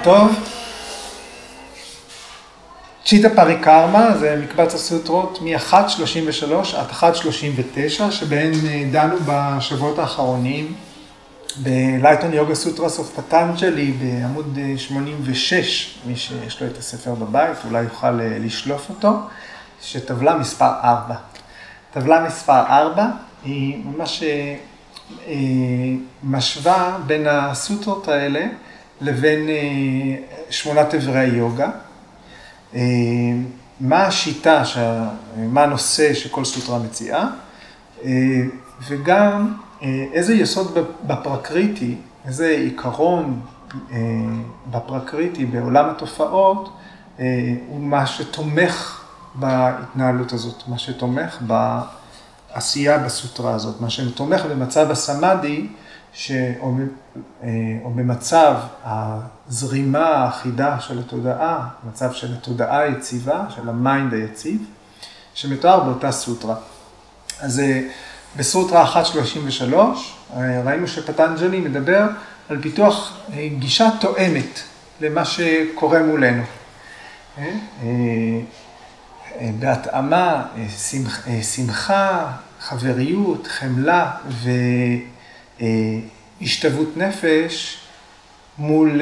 טוב. צ'יטה פריקרמה זה מקבץ הסוטרות מ-1.33 עד 1.39, שבהן דנו בשבועות האחרונים בלייטון יוגה סוטרס אוף פטנג'לי בעמוד 86, מי שיש לו את הספר בבית אולי יוכל לשלוף אותו, שטבלה מספר 4. טבלה מספר 4 היא ממש משווה בין הסוטרות האלה לבין 8 אברי היוגה. מה השיטה, מה הנושא שכל סוטרה מציעה, וגם איזה יסוד בפרקריטי, איזה עיקרון בפרקריטי, בעולם התופעות, הוא מה שתומך בהתנהלות הזאת, מה שתומך בעשייה בסוטרה הזאת, מה שתומך במצב הסמאדי, או במצב הזרימה האחידה של התודעה, מצב של התודעה היציבה, של המיינד היציב, שמתואר באותה סוטרה. אז בסוטרה 1.33 ראינו שפטנג'לי מדבר על פיתוח גישה תואמת למה שקורה מולנו. בהתאמה, שמחה, חבריות, חמלה והשתוות נפש מול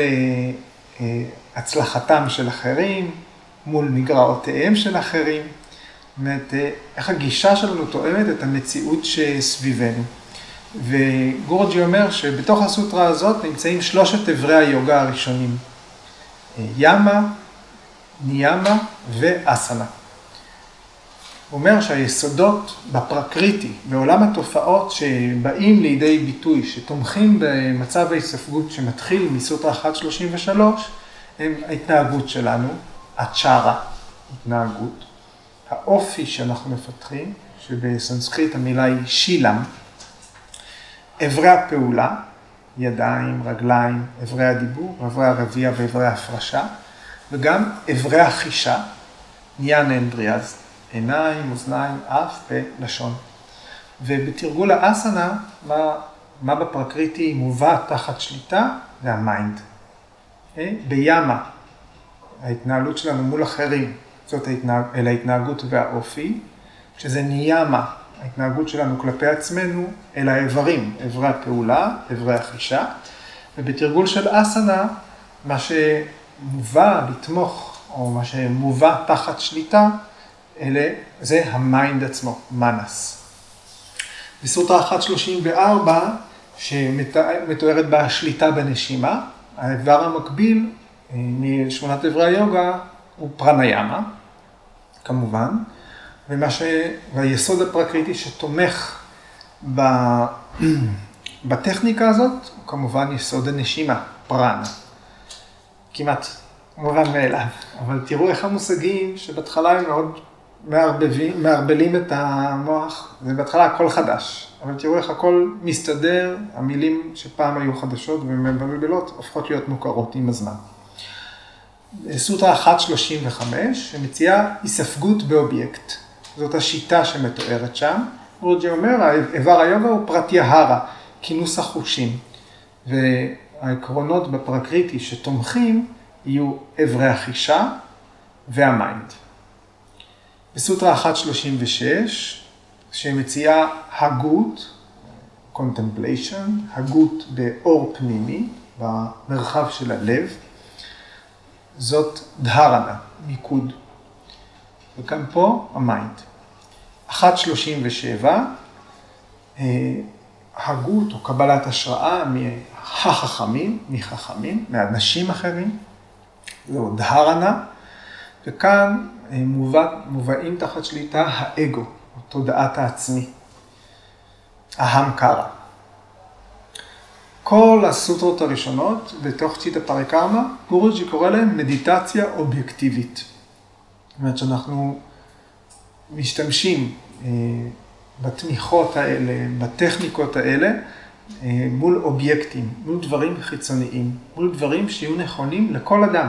הצלחתם של אחרים, מול מגרעותיהם של אחרים. זאת אומרת, איך הגישה שלנו תואמת את המציאות שסביבנו. וגורג'י אומר שבתוך הסוטרה הזאת נמצאים 3 אברי היוגה הראשונים. ימה, ניאמה ואסנה. הוא אומר שהיסודות בפרקריטי, בעולם התופעות שבאים לידי ביטוי, שתומכים במצב ההיספגות שמתחיל מסוטרה 1.33, הם ההתנהגות שלנו, הצ'ארה, התנהגות, האופי שאנחנו מפתחים, שבסנסקריט המילה היא שילם, אברי הפעולה, ידיים, רגליים, אברי הדיבור, אברי הרבייה ואברי ההפרשה, וגם אברי החישה, ניאן אנדריאז, עיניים, אוזניים, אף ולשון. ובתרגול האסנה, מה בפרקריטי מובא תחת שליטה? זה המיינד. בימה, ההתנהלות שלנו מול אחרים, זאת ההתנהגות והאופי, כשזה ניאמה, ההתנהגות שלנו כלפי עצמנו, אל האיברים, אברי הפעולה, אברי החישה, ובתרגול של אסנה, מה שמובא לתמוך, או מה שמובא תחת שליטה, זה המיינד עצמו, מנס. בסוטרה 1.34, שמתוארת בה שליטה בנשימה, האיבר המקביל מ8 אברי היוגה הוא פרניאמה, כמובן, והיסוד הפרקריטי שתומך בטכניקה הזאת, הוא כמובן יסוד הנשימה, פרנה. כמעט מובן מאליו, אבל תראו איך המושגים שבהתחלה הם מאוד מערבלים את המוח, זה בהתחלה הכל חדש, אבל תראו איך הכל מסתדר, המילים שפעם היו חדשות ומבלבלות הופכות להיות מוכרות עם הזמן. סוטרה 1.35 שמציעה היספגות באובייקט, זאת השיטה שמתוארת שם. גורג'י אומר, איבר היוגה הוא פרטיהרה, כינוס החושים, והעקרונות בפרקריטי שתומכים יהיו אברי החישה והמיינד. בסוטרה 1.36, שמציעה הגות, contemplation, הגות באור פנימי, במרחב של הלב, זאת דהרנה, מיקוד. וכאן פה המיינד. 1.37, הגות או קבלת השראה מחכמים, מאנשים אחרים, זהו דהרנה, וכאן מובאים תחת שליטה האגו, תודעת העצמי, ההמקרה. כל הסוטרות הראשונות בתוך צ'יטה פריקרמה, גורג'י קורא להם מדיטציה אובייקטיבית. זאת אומרת שאנחנו משתמשים בתמיכות האלה, בטכניקות האלה, מול אובייקטים, מול דברים חיצוניים, מול דברים שיהיו נכונים לכל אדם.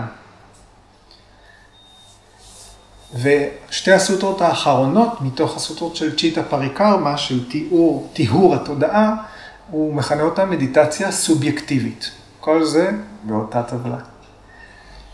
ושתי הסוטרות האחרונות, מתוך הסוטרות של צ'יטה פריקרמה, של טיהור התודעה, הוא מכנה אותה מדיטציה סובייקטיבית. כל זה באותה טבלה.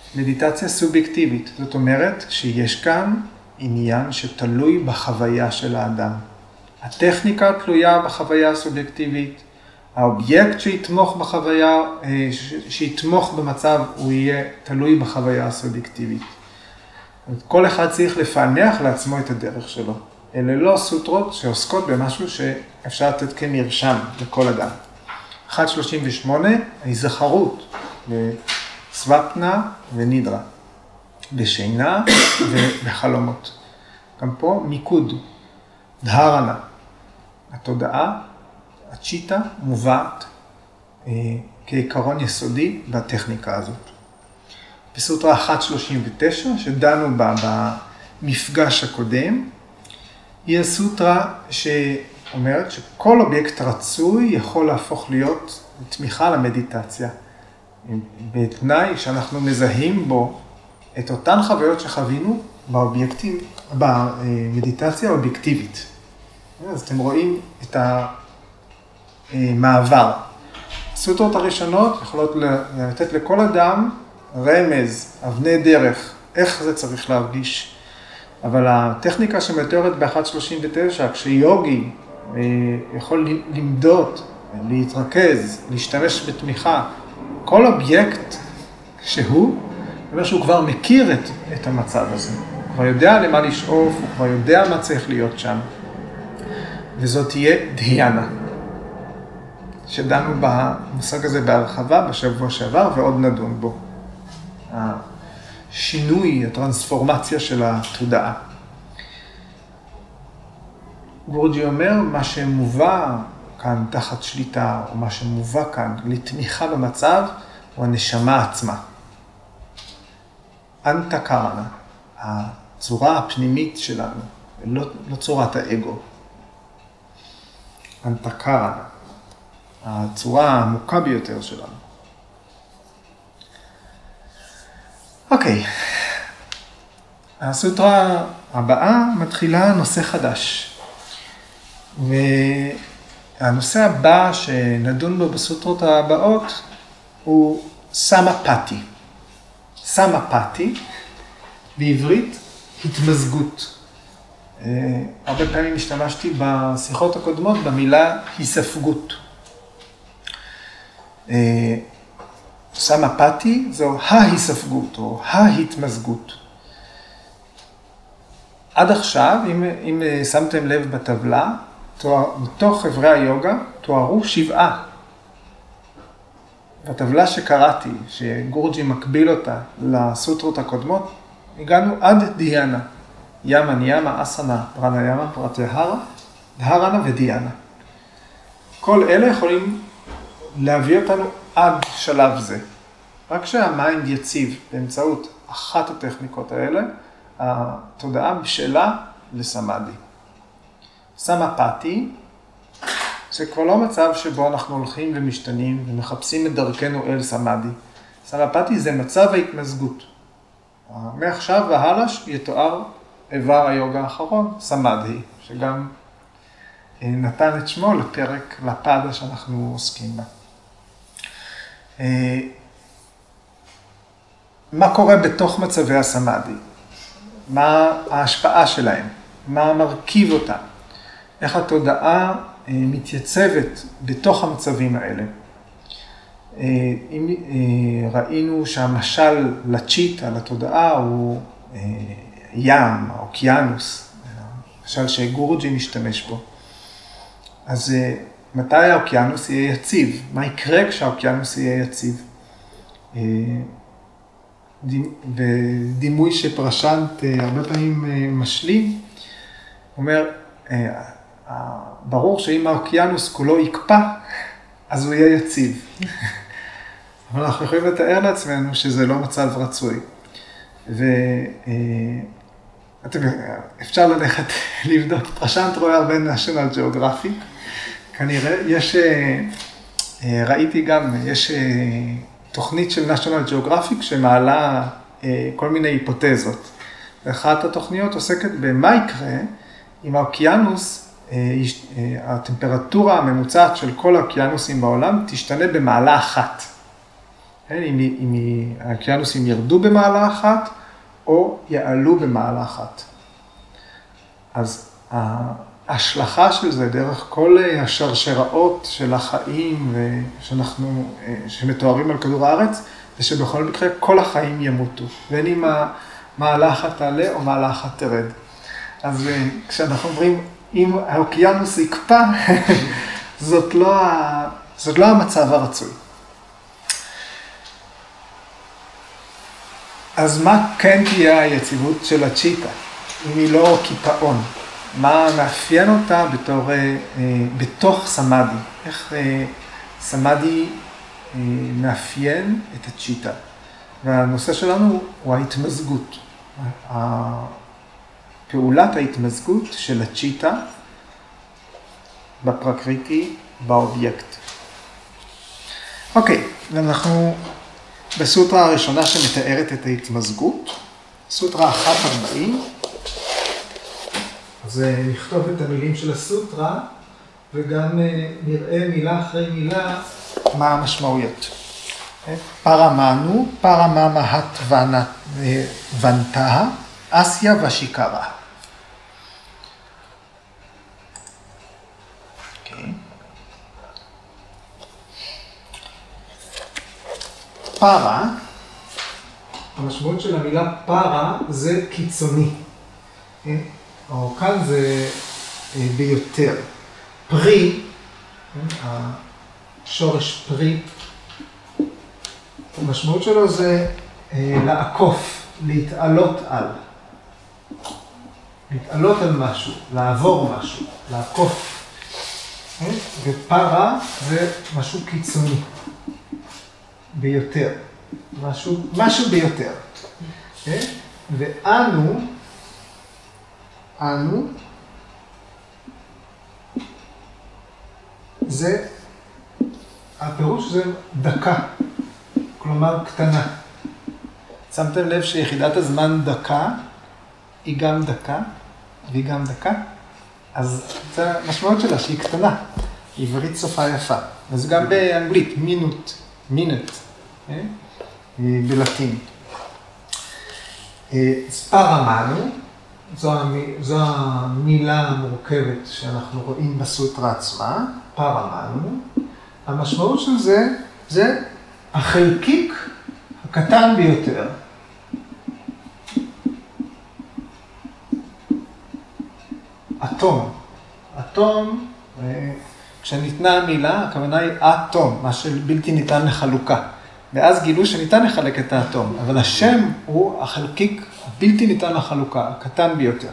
מדיטציה סובייקטיבית, זאת אומרת שיש כאן עניין שתלוי בחוויה של האדם. הטכניקה תלויה בחוויה הסובייקטיבית, האובייקט שיתמוך בחוויה, שיתמוך במצב, הוא יהיה תלוי בחוויה הסובייקטיבית. כל אחד צריך לפענח לעצמו את הדרך שלו. אלה לא סוטרות שעוסקות במשהו שאפשר לתת כמרשם לכל אדם. 1.38, ההיזכרות בסוואפנה ונידרה, בשינה ובחלומות. גם פה מיקוד, דהרנה, התודעה, הצ'יטה מובאת כעיקרון יסודי בטכניקה הזאת. בסוטרה 1.39, שדנו בה במפגש הקודם, היא הסוטרה שאומרת שכל אובייקט רצוי יכול להפוך להיות תמיכה למדיטציה, בתנאי שאנחנו מזהים בו את אותן חוויות שחווינו באובייקטים, במדיטציה האובייקטיבית. אז אתם רואים את המעבר. הסוטרות הראשונות יכולות לתת לכל אדם רמז, אבני דרך, איך זה צריך להרגיש. אבל הטכניקה שמתוארת ב-1.39, כשיוגי יכול למדוד, להתרכז, להשתמש בתמיכה, כל אובייקט שהוא, אומר שהוא כבר מכיר את המצב הזה. הוא כבר יודע למה לשאוף, הוא כבר יודע מה צריך להיות שם. וזאת תהיה דהיאנה. שדנו במושג הזה בהרחבה בשבוע שעבר ועוד נדון בו. השינוי, הטרנספורמציה של התודעה. גורג'י אומר, מה שמובא כאן תחת שליטה, או מה שמובא כאן לתמיכה במצב, הוא הנשמה עצמה. אנטקרנה, הצורה הפנימית שלנו, לא צורת האגו. אנטקרנה, הצורה העמוקה ביותר שלנו. אוקיי, הסוטרה הבאה מתחילה נושא חדש. והנושא הבא שנדון בו בסוטרות הבאות הוא סמפתי. סמפתי, בעברית, התמזגות. הרבה פעמים השתמשתי בשיחות הקודמות במילה היספגות. סמפתי זו ההיספגות או ההתמזגות. עד עכשיו, אם שמתם לב בטבלה, מתוך חברי היוגה תוארו 7. בטבלה שקראתי, שגורג'י מקביל אותה לסוטרות הקודמות, הגענו עד דיאנה. ימה, ניאמה, אסנה, פרניאמה, פרטיהרה, דהרנה ודיאנה. כל אלה יכולים להביא אותנו עד שלב זה. רק שהמיינד יציב באמצעות אחת הטכניקות האלה, התודעה בשלה לסמאדי. סמפתי זה כבר לא מצב שבו אנחנו הולכים ומשתנים ומחפשים את דרכנו אל סמאדי. סמפתי זה מצב ההתמזגות. מעכשיו והלאה יתואר איבר היוגה האחרון, סמאדי, שגם נתן את שמו לפרק, לפדה שאנחנו עוסקים בה. מה קורה בתוך מצבי הסמאדי? מה ההשפעה שלהם? מה מרכיב אותם? איך התודעה מתייצבת בתוך המצבים האלה? אם ראינו שהמשל לצ'יטה, לתודעה, הוא ים, האוקיינוס, משל שגורג'י משתמש בו. אז מתי האוקיינוס יהיה יציב? מה יקרה כשהאוקיינוס יהיה יציב? ודימוי שפרשנט הרבה פעמים משלים, אומר, ברור שאם האוקיינוס כולו יקפא, אז הוא יהיה יציב. אבל אנחנו יכולים לתאר לעצמנו שזה לא מצב רצוי. אפשר ללכת לבדוק, פרשנט רואה הרבה national geographic, כנראה, ראיתי גם, יש תוכנית של national geographic שמעלה כל מיני היפותזות. ואחת התוכניות עוסקת במה יקרה אם האוקיינוס, הטמפרטורה הממוצעת של כל האוקיינוסים בעולם תשתנה במעלה אחת. אם האוקיינוסים ירדו במעלה אחת, או יעלו במעלה אחת. אז ההשלכה של זה דרך כל השרשראות של החיים שמתוארים על כדור הארץ, זה שבכל מקרה כל החיים ימותו, בין אם המעלה אחת תעלה או מעלה אחת תרד. אז כשאנחנו אומרים, אם האוקיינוס יקפא, זאת לא המצב הרצוי. אז מה כן תהיה היציבות של הצ'יטה, אם היא לא קיפאון? מה מאפיין אותה בתוך סמאדי? איך סמאדי מאפיין את הצ'יטה? והנושא שלנו הוא ההתמזגות. פעולת ההתמזגות של הצ'יטה בפרקריטי, באובייקט. אוקיי, ואנחנו בסוטרה הראשונה שמתארת את ההתמזגות, סוטרה 140. אז נכתוב את המילים של הסוטרה, וגם נראה מילה אחרי מילה מה המשמעויות. פרמנו, פרממה ונתה, אסיה ושיקרה. פרה, המשמעות של המילה פרה זה קיצוני. או כאן זה ביותר. פרי, השורש פרי, המשמעות שלו זה לעקוף, להתעלות על. להתעלות על משהו, לעבור משהו, לעקוף. ופרה זה משהו קיצוני, ביותר. משהו ביותר. ואנו, זה, הפירוש זה דקה, כלומר קטנה. שמתם לב שיחידת הזמן דקה, היא גם דקה, והיא גם דקה? אז זה המשמעות שלה שהיא קטנה, עברית שפה יפה. אז גם באנגלית, מינוט, בלטין. אז פרמנו, זו המילה המורכבת שאנחנו רואים בסוטרה עצמה, פרמנו. המשמעות של זה החלקיק הקטן ביותר. אטום, כשניתנה המילה, הכוונה היא אטום, מה שבלתי ניתן לחלוקה. ואז גילו שניתן לחלק את האטום, אבל השם הוא החלקיק הבלתי ניתן לחלוקה, הקטן ביותר.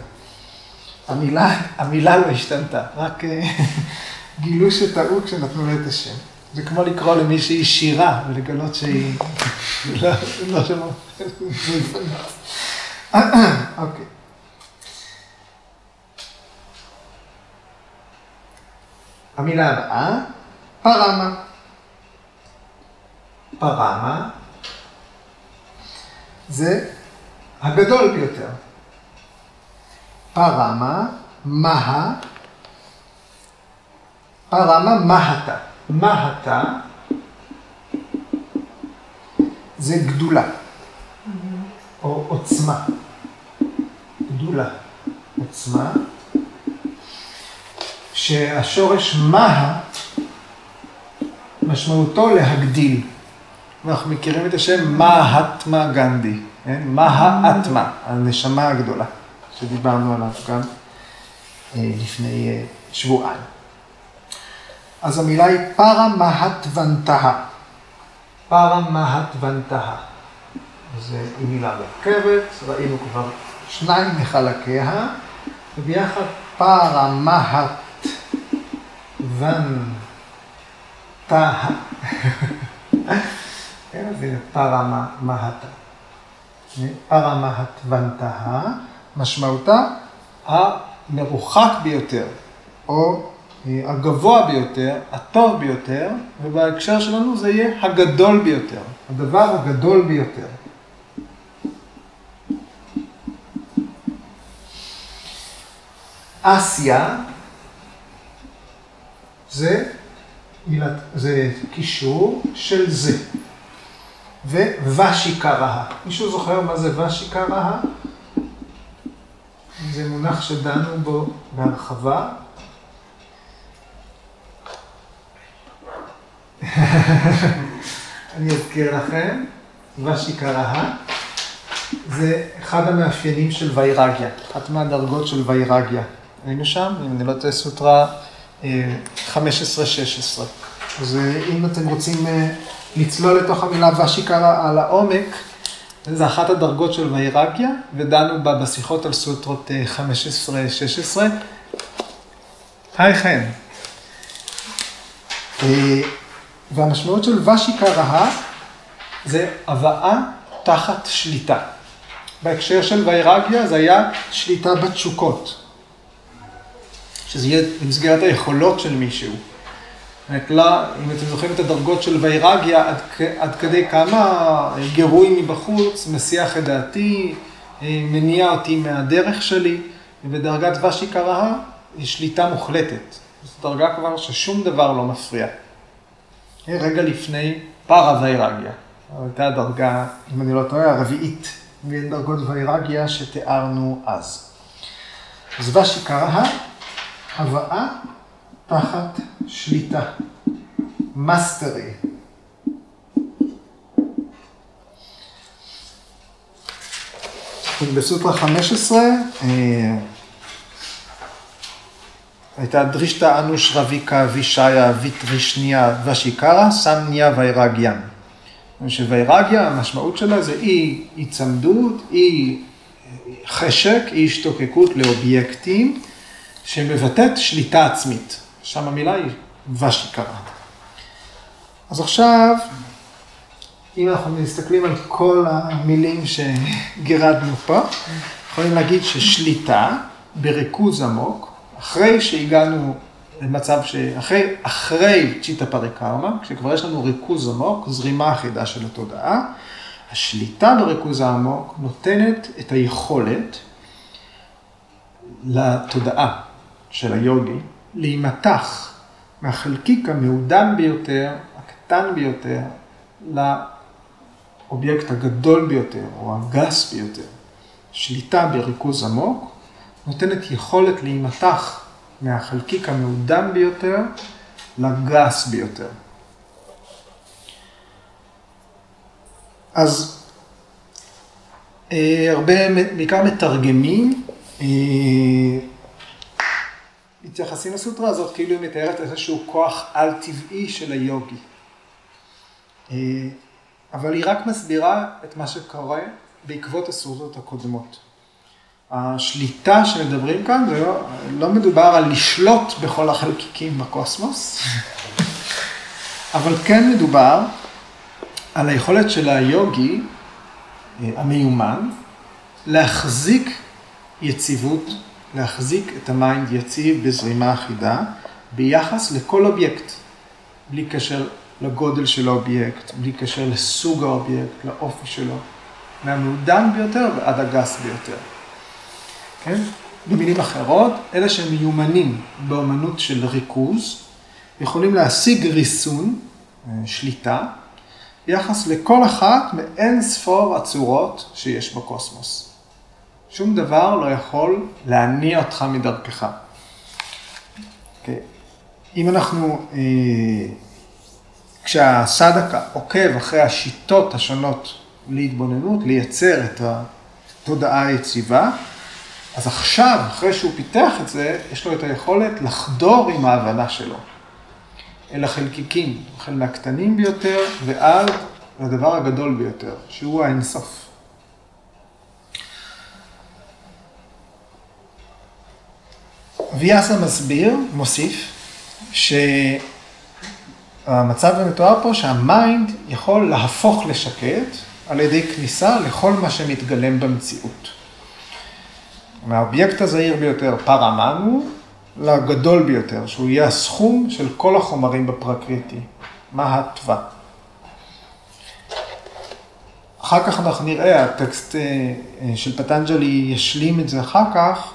המילה לא השתנתה, רק גילו שטעו כשנתנו לה את השם. זה כמו לקרוא למישהי שירה ולגלות שהיא לא שלא. אוקיי. המילה הבאה, פרמה. פרמה זה הגדול ביותר. פרמה, מהתה. מהתה זה גדולה, או עוצמה. גדולה, עוצמה. שהשורש מה משמעותו להגדיל. אנחנו מכירים את השם מהטמה גנדי, מהאטמה, הנשמה הגדולה, שדיברנו עליו גם לפני שבועיים. אז המילה היא פרמהטוונתה. פרמהטוונתה. זו מילה מורכבת, ראינו כבר 2 מחלקיה, וביחד פרמהטוונתה. זה פרמהטה. פרמהטוונתה, משמעותה המרוחק ביותר, או הגבוה ביותר, הטוב ביותר, ובהקשר שלנו זה יהיה הגדול ביותר, הדבר הגדול ביותר. אסיה זה קישור של זה. ווושיקרא. מישהו זוכר מה זה ושיקרא? זה מונח שדנו בו בהרחבה. אני אזכיר לכם, ושיקרא זה אחד המאפיינים של ויירגיה, אחת מהדרגות של ויירגיה. היינו שם, אם אני לא טועה, סוטרה 15-16. אז אם אתם רוצים לצלול לתוך המילה ושיקרא על העומק, זה אחת הדרגות של ויירגיה, ודנו בה בשיחות על סוטרות 15-16. היי חן. והמשמעות של ושיקרא זה הבאה תחת שליטה. בהקשר של ויירגיה זה היה שליטה בתשוקות. שזה יהיה במסגרת היכולות של מישהו. אם אתם זוכרים את הדרגות של ויירגיה, עד כדי כמה גירוי מבחוץ, מסיח את דעתי, מניע אותי מהדרך שלי, ובדרגת ושיקרא היא שליטה מוחלטת. זו דרגה כבר ששום דבר לא מפריע. רגע לפני פרה ויירגיה. הייתה הדרגה, אם אני לא טועה, הרביעית בין דרגות ויירגיה שתיארנו אז. אז ושיקרא, הבאה תחת שליטה. מאסטרי. בסוטרה 15, הייתה דרישתא אנוש רביקה וישיה ויטרישניה ושיקרא סמניה ויירגיה. שוויירגיה, המשמעות שלה זה אי הצמדות, אי חשק, אי השתוקקות לאובייקטים, שמבטאת שליטה עצמית. שם המילה היא ושיקרא. אז עכשיו, אם אנחנו מסתכלים על כל המילים שגירדנו פה, יכולים להגיד ששליטה בריכוז עמוק, אחרי שהגענו למצב אחרי צ'יטה פריקרמה, כשכבר יש לנו ריכוז עמוק, זרימה אחידה של התודעה, השליטה בריכוז העמוק נותנת את היכולת לתודעה של היוגי להימתח מהחלקיק המעודן ביותר, הקטן ביותר, לאובייקט הגדול ביותר או הגס ביותר. שליטה בריכוז עמוק נותנת יכולת להימתח מהחלקיק המעודן ביותר לגס ביותר. אז הרבה, בעיקר מתרגמים, מתייחסים לסוטרה הזאת כאילו היא מתארת איזשהו כוח על-טבעי של היוגי. אבל היא רק מסבירה את מה שקורה בעקבות הסוטרות הקודמות. השליטה שמדברים כאן, זה לא מדובר על לשלוט בכל החלקיקים בקוסמוס, אבל כן מדובר על היכולת של היוגי, המיומן, להחזיק יציבות, להחזיק את המיינד יציב בזרימה אחידה, ביחס לכל אובייקט, בלי קשר לגודל של האובייקט, בלי קשר לסוג האובייקט, לאופי שלו, מהמעודן ביותר ועד הגס ביותר. כן? במילים אחרות, אלה שמיומנים באמנות של ריכוז, יכולים להשיג ריסון, שליטה, ביחס לכל אחת מאין ספור הצורות שיש בקוסמוס. שום דבר לא יכול להניע אותך מדרכך. Okay. אם אנחנו, כשהסדקה עוקב אחרי השיטות השונות להתבוננות, לייצר את התודעה היציבה, אז עכשיו, אחרי שהוא פיתח את זה, יש לו את היכולת לחדור עם ההבנה שלו. אל החלקיקים, החל מהקטנים ביותר ועד לדבר הגדול ביותר, שהוא האינסוף. ויאסה מסביר, מוסיף, שהמצב המתואר פה שהמיינד יכול להפוך לשקט על ידי כניסה לכל מה שמתגלם במציאות. מהאובייקט הזעיר ביותר, פרמנו, לגדול ביותר, שהוא יהיה הסכום של כל החומרים בפרקריטי, מהטווה. אחר כך אנחנו נראה, הטקסט של פטנג'לי ישלים את זה אחר כך,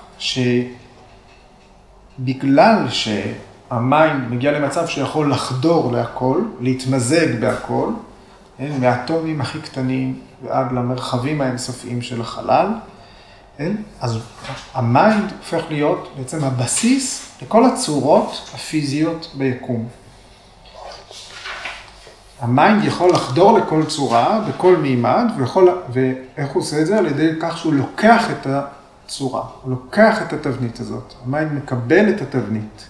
שבגלל שהמיינד מגיע למצב שיכול לחדור להכל, להתמזג בהכל, מהאטומים הכי קטנים ועד למרחבים האינסופיים של החלל. אז המיינד הופך להיות בעצם הבסיס לכל הצורות הפיזיות ביקום. המיינד יכול לחדור לכל צורה, בכל מימד, ואיך הוא עושה את זה? על ידי כך שהוא לוקח את הצורה, הוא לוקח את התבנית הזאת. המיינד מקבל את התבנית.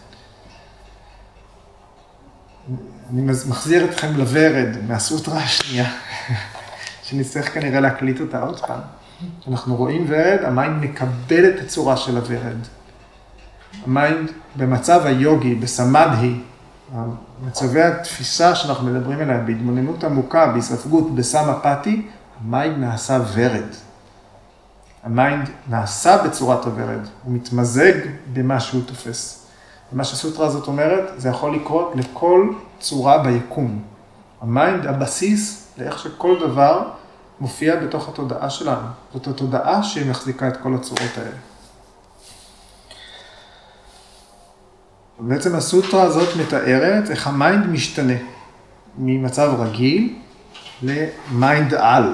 אני מחזיר אתכם לוורד מהסוטרה השנייה, שנצטרך כנראה להקליט אותה עוד פעם. אנחנו רואים ורד, המיינד מקבל את הצורה של הוורד. המיינד במצב היוגי, בסמדהי, מצבי התפיסה שאנחנו מדברים עליה, בהתבוננות עמוקה, בהספגות, בסמפתי, המיינד נעשה ורד. המיינד נעשה בצורת הוורד, הוא מתמזג במה שהוא תופס. ומה שהסוטרה הזאת אומרת, זה יכול לקרות לכל צורה ביקום. המיינד, הבסיס לאיך שכל דבר מופיע בתוך התודעה שלנו. זאת התודעה שהיא מחזיקה את כל הצורות האלה. בעצם הסוטרה הזאת מתארת איך המיינד משתנה ממצב רגיל למיינד על.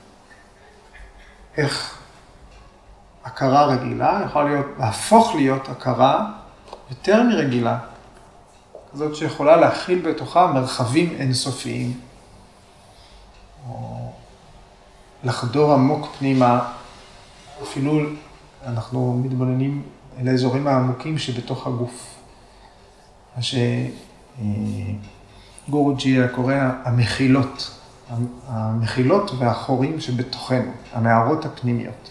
איך הכרה רגילה יכולה להפוך להיות הכרה יותר מרגילה. כזאת שיכולה להכיל בתוכה מרחבים אינסופיים. או לחדור עמוק פנימה, אפילו אנחנו מתבוננים אל האזורים העמוקים שבתוך הגוף. מה שגורו-ג'י קורא המחילות והחורים שבתוכנו, המערות הפנימיות.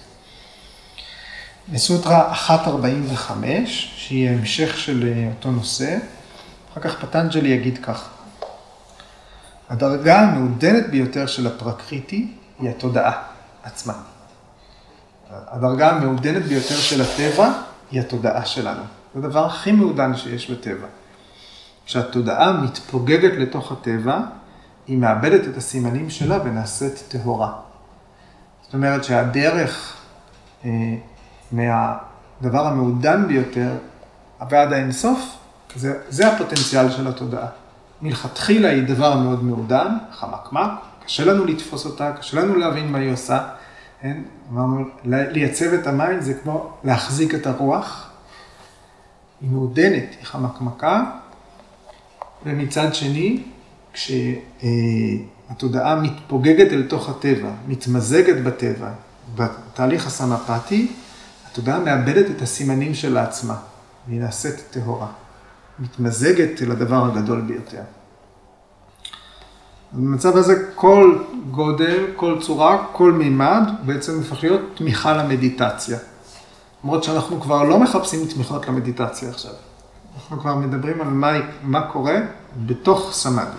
בסוטרה 1.45, שהיא המשך של אותו נושא, אחר כך פטנג'לי יגיד כך. הדרגה המעודנת ביותר של הפרקריטי היא התודעה עצמה. הדרגה המעודנת ביותר של הטבע היא התודעה שלנו. זה הדבר הכי מעודן שיש בטבע. כשהתודעה מתפוגגת לתוך הטבע, היא מאבדת את הסימנים שלה ונעשית טהורה. זאת אומרת שהדרך מהדבר המעודן ביותר ועד האינסוף, זה הפוטנציאל של התודעה. מלכתחילה היא דבר מאוד מעודן, חמקמק, קשה לנו לתפוס אותה, קשה לנו להבין מה היא עושה. לייצב את המיינד זה כמו להחזיק את הרוח. היא מעודנת, היא חמקמקה, ומצד שני, כשהתודעה מתפוגגת אל תוך הטבע, מתמזגת בטבע, בתהליך הסמפתי, התודעה מאבדת את הסימנים של עצמה, והיא נעשית טהורה. מתמזגת אל הדבר הגדול ביותר. במצב הזה כל גודל, כל צורה, כל מימד, בעצם הופך להיות תמיכה למדיטציה. למרות שאנחנו כבר לא מחפשים תמיכות למדיטציה עכשיו. אנחנו כבר מדברים על מה קורה בתוך סמאדי.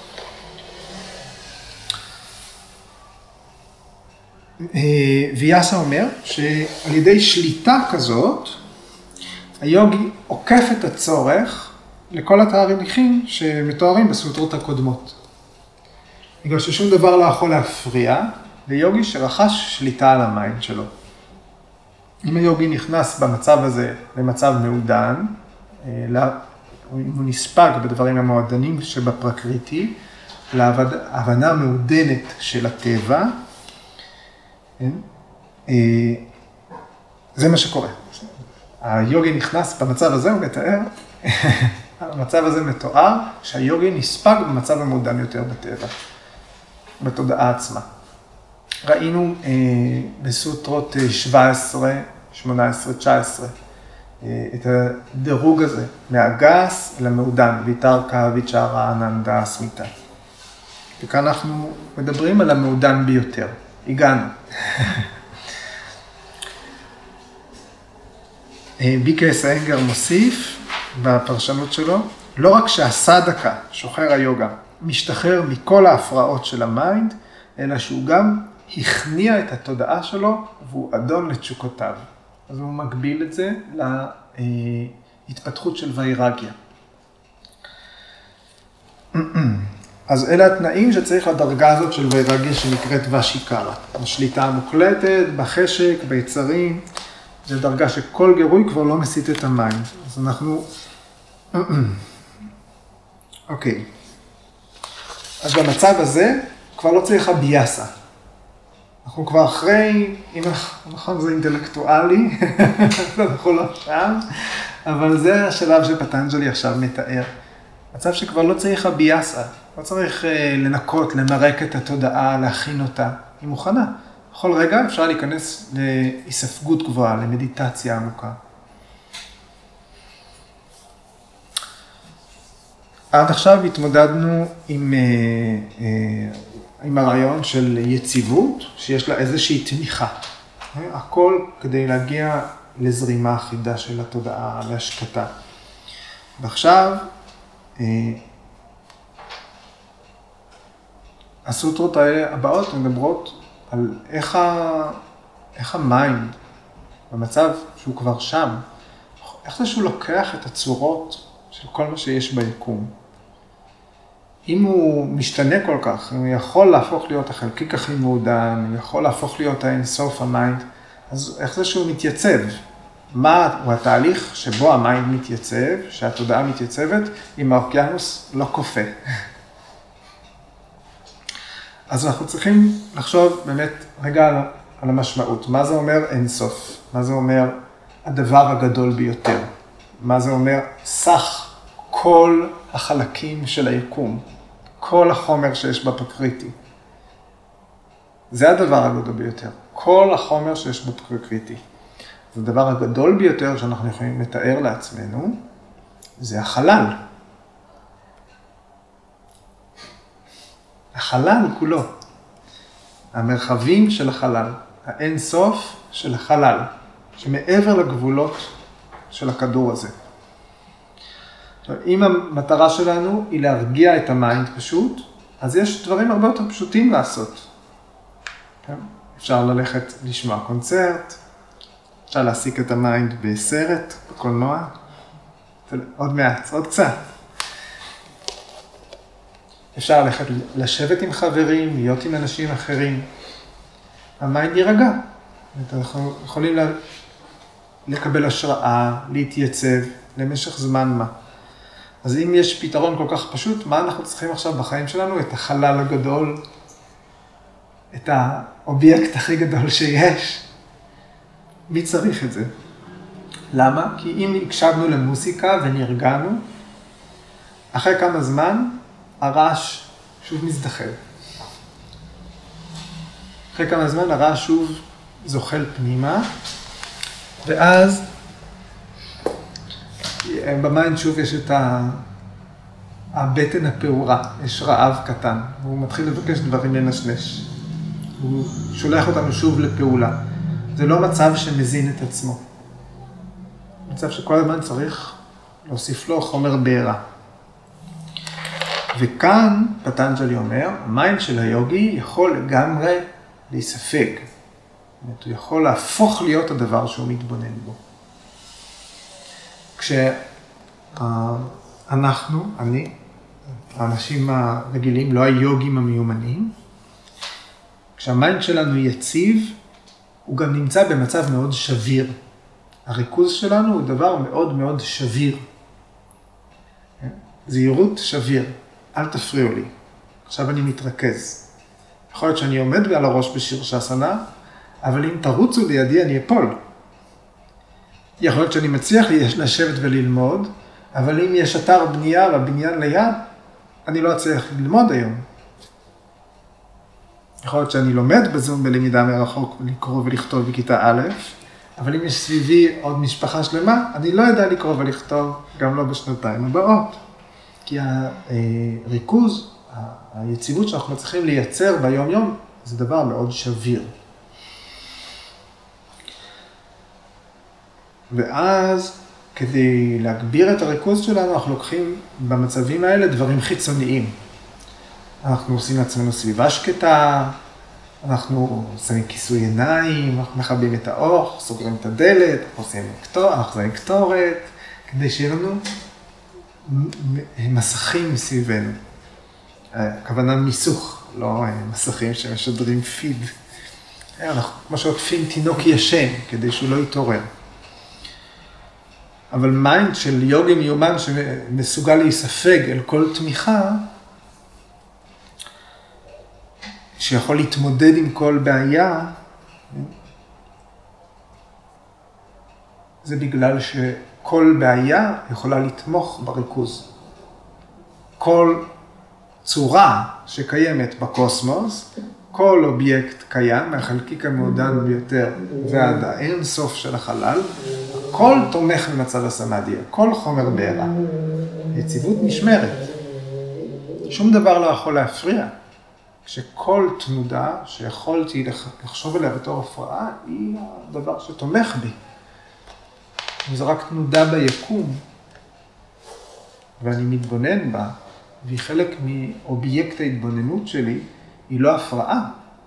ויאסה אומר שעל ידי שליטה כזאת, היוגי עוקף את הצורך לכל התהליכים שמתוארים בסוטרות הקודמות. בגלל ששום דבר לא יכול להפריע ליוגי שרכש שליטה על המיינד שלו. אם היוגי נכנס במצב הזה למצב מעודן, הוא נספג בדברים המועדנים שבפרקריטי, להבנה מעודנת של הטבע, זה מה שקורה. היוגי נכנס במצב הזה, הוא מתאר, המצב הזה מתואר שהיוגי נספג במצב המעודן יותר בטבע, בתודעה עצמה. ראינו בסוטרות 17, 18, 19, את הדירוג הזה, מהגס למעודן, ויתרקה, ויצ'רה, אננדה, סמיתה. וכאן אנחנו מדברים על המעודן ביותר. הגענו. ביקס איינגר מוסיף בפרשנות שלו, לא רק שהסדקה, שוחר היוגה, משתחרר מכל ההפרעות של המיינד, אלא שהוא גם הכניע את התודעה שלו והוא אדון לתשוקותיו. אז הוא מגביל את זה להתפתחות של ויירגיה. אז אלה התנאים שצריך לדרגה הזאת של ויירגיה שנקראת ושיקרה. השליטה המוחלטת, בחשק, ביצרים, זו דרגה שכל גירוי כבר לא מסיט את המיינד. אז אנחנו... אוקיי. אז במצב הזה, כבר לא צריך הביאסה. אנחנו כבר אחרי, אם נכון זה אינטלקטואלי, אנחנו לא שם, אבל זה השלב שפטנג'לי עכשיו מתאר. מצב שכבר לא צריך הביאסה, לא צריך לנקות, למרק את התודעה, להכין אותה, היא מוכנה. בכל רגע אפשר להיכנס להיספגות גבוהה, למדיטציה עמוקה. עד עכשיו התמודדנו עם הרעיון של יציבות, שיש לה איזושהי תמיכה. הכל כדי להגיע לזרימה אחידה של התודעה, להשקטה. ועכשיו, הסוטרות האלה הבאות מדברות על איך המיינד, במצב שהוא כבר שם, איך זה שהוא לוקח את הצורות של כל מה שיש ביקום. אם הוא משתנה כל כך, אם הוא יכול להפוך להיות החלקיק הכי מעודן, הוא יכול להפוך להיות האינסוף המיינד, אז איך זה שהוא מתייצב? מה הוא התהליך שבו המיינד מתייצב, שהתודעה מתייצבת, אם האוקיינוס לא קופא? אז אנחנו צריכים לחשוב באמת רגע על המשמעות. מה זה אומר אינסוף? מה זה אומר הדבר הגדול ביותר? מה זה אומר סך כל החלקים של היקום? כל החומר שיש בפרקריטי. זה הדבר הגדול ביותר. כל החומר שיש בפרקריטי. זה הדבר הגדול ביותר שאנחנו יכולים לתאר לעצמנו, זה החלל. החלל כולו. המרחבים של החלל. האין סוף של החלל. שמעבר לגבולות של הכדור הזה. עכשיו, אם המטרה שלנו היא להרגיע את המיינד פשוט, אז יש דברים הרבה יותר פשוטים לעשות. אפשר ללכת לשמוע קונצרט, אפשר להסיק את המיינד בסרט, בקולנוע, עוד מעט, עוד קצת. אפשר ללכת לשבת עם חברים, להיות עם אנשים אחרים. המיינד יירגע. אנחנו יכולים לקבל השראה, להתייצב למשך זמן מה. אז אם יש פתרון כל כך פשוט, מה אנחנו צריכים עכשיו בחיים שלנו? את החלל הגדול, את האובייקט הכי גדול שיש. מי צריך את זה? למה? כי אם הקשבנו למוסיקה ונרגענו, אחרי כמה זמן הרעש שוב מזדחל. אחרי כמה זמן הרעש שוב זוחל פנימה, ואז במיינד שוב יש את הבטן הפעורה, יש רעב קטן, והוא מתחיל לבקש דברים לנשנש. הוא שולח אותנו שוב לפעולה. זה לא מצב שמזין את עצמו. מצב שכל הזמן צריך להוסיף לו חומר בעירה. וכאן פטנג'לי אומר, המיינד של היוגי יכול לגמרי להיספג. הוא יכול להפוך להיות הדבר שהוא מתבונן בו. כשאנחנו, האנשים הרגילים, לא היוגים המיומנים, כשהמיינד שלנו יציב, הוא גם נמצא במצב מאוד שביר. הריכוז שלנו הוא דבר מאוד מאוד שביר. זהירות שביר. אל תפריעו לי. עכשיו אני מתרכז. יכול להיות שאני עומד על הראש בשירשאסנה, אבל אם תרוצו לידי אני אפול. יכול להיות שאני מצליח לשבת וללמוד, אבל אם יש אתר בנייה והבניין ליד, אני לא אצליח ללמוד היום. יכול להיות שאני לומד בזום בלמידה מרחוק לקרוא ולכתוב בכיתה א', אבל אם יש סביבי עוד משפחה שלמה, אני לא יודע לקרוא ולכתוב גם לא בשנתיים הבאות. כי הריכוז, היציבות שאנחנו צריכים לייצר ביום יום, זה דבר מאוד שביר. ואז כדי להגביר את הריכוז שלנו, אנחנו לוקחים במצבים האלה דברים חיצוניים. אנחנו עושים לעצמנו סביבה שקטה, אנחנו שמים כיסוי עיניים, אנחנו מכבים את האור, סוגרים את הדלת, אנחנו שמים קטורת, כדי שיהיה לנו מסכים מסביבנו. הכוונה מיסוך, לא מסכים שמשדרים פיד. אנחנו כמו שעוטפים תינוק ישן, כדי שהוא לא יתעורר. אבל מיינד של יוגי מיומן שמסוגל להיספג אל כל תמיכה, שיכול להתמודד עם כל בעיה, זה בגלל שכל בעיה יכולה לתמוך בריכוז. כל צורה שקיימת בקוסמוס, כל אובייקט קיים, מהחלקיק המעודן ביותר ועד האין סוף של החלל, הכל תומך במצב הסמאדי, כל חומר בעירה. יציבות נשמרת. שום דבר לא יכול להפריע. כשכל תנודה שיכולתי לחשוב עליה בתור הפרעה, היא הדבר שתומך בי. זו רק תנודה ביקום, ואני מתבונן בה, והיא חלק מאובייקט ההתבוננות שלי, היא לא הפרעה.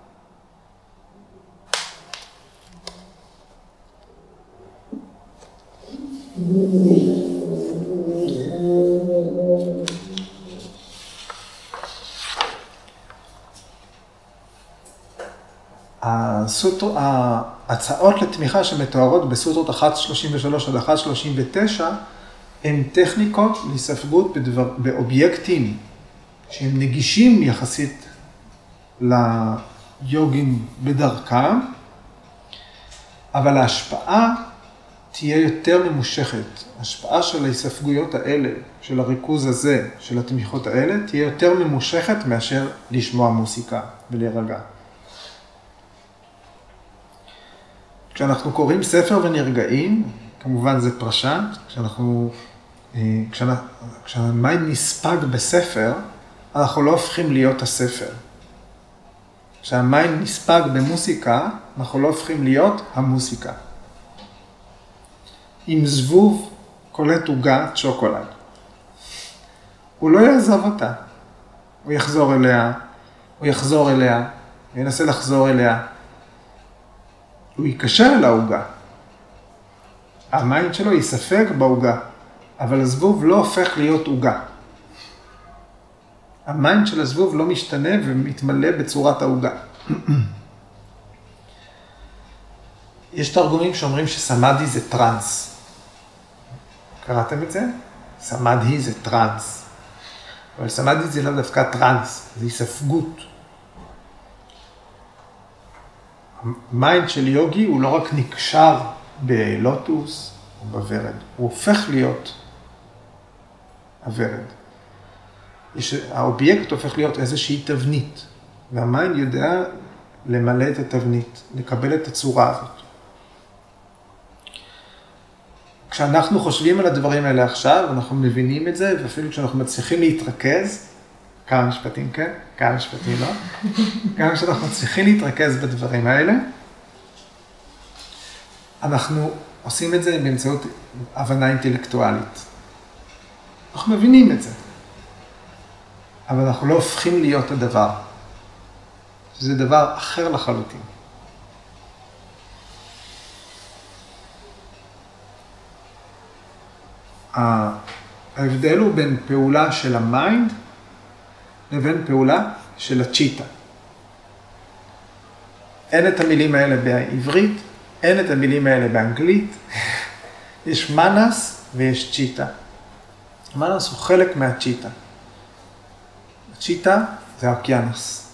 ההצעות לתמיכה שמתוארות בסוטרות 1.33 עד 1.39 הן טכניקות להיספגות באובייקטים שהם נגישים יחסית ליוגים בדרכם, אבל ההשפעה תהיה יותר ממושכת. ההשפעה של ההיספגויות האלה, של הריכוז הזה, של התמיכות האלה, תהיה יותר ממושכת מאשר לשמוע מוסיקה ולהירגע. כשאנחנו קוראים ספר ונרגעים, כמובן זה פרשן, כשהמיינד נספג בספר, אנחנו לא הופכים להיות הספר. כשהמיינד נספג במוסיקה, אנחנו לא הופכים להיות המוסיקה. אם זבוב קולט עוגת שוקולד, הוא לא יעזוב אותה. הוא יחזור אליה, הוא ינסה לחזור אליה. הוא יקשר לעוגה. המיינד שלו יספג בעוגה, אבל הזבוב לא הופך להיות עוגה. המיינד של הזבוב לא משתנה ומתמלא בצורת העוגה. יש תרגומים שאומרים שסמאדי זה טרנס. קראתם את זה? סמאדי זה טרנס. אבל סמאדי זה לא דווקא טרנס, זה היספגות. המיינד של יוגי הוא לא רק נקשר בלוטוס או בוורד, הוא הופך להיות הוורד. האובייקט הופך להיות איזושהי תבנית, והמיינד יודע למלא את התבנית, לקבל את הצורה הזאת. כשאנחנו חושבים על הדברים האלה עכשיו, אנחנו מבינים את זה, ואפילו כשאנחנו מצליחים להתרכז, כמה משפטים כן, כמה משפטים לא, גם כשאנחנו מצליחים להתרכז בדברים האלה, אנחנו עושים את זה באמצעות הבנה אינטלקטואלית. אנחנו מבינים את זה, אבל אנחנו לא הופכים להיות הדבר. זה דבר אחר לחלוטין. ההבדל הוא בין פעולה של המיינד לבין פעולה של הצ'יטה. אין את המילים האלה בעברית, אין את המילים האלה באנגלית. יש מנס ויש צ'יטה. מנס הוא חלק מהצ'יטה. הצ'יטה זה האוקיינוס.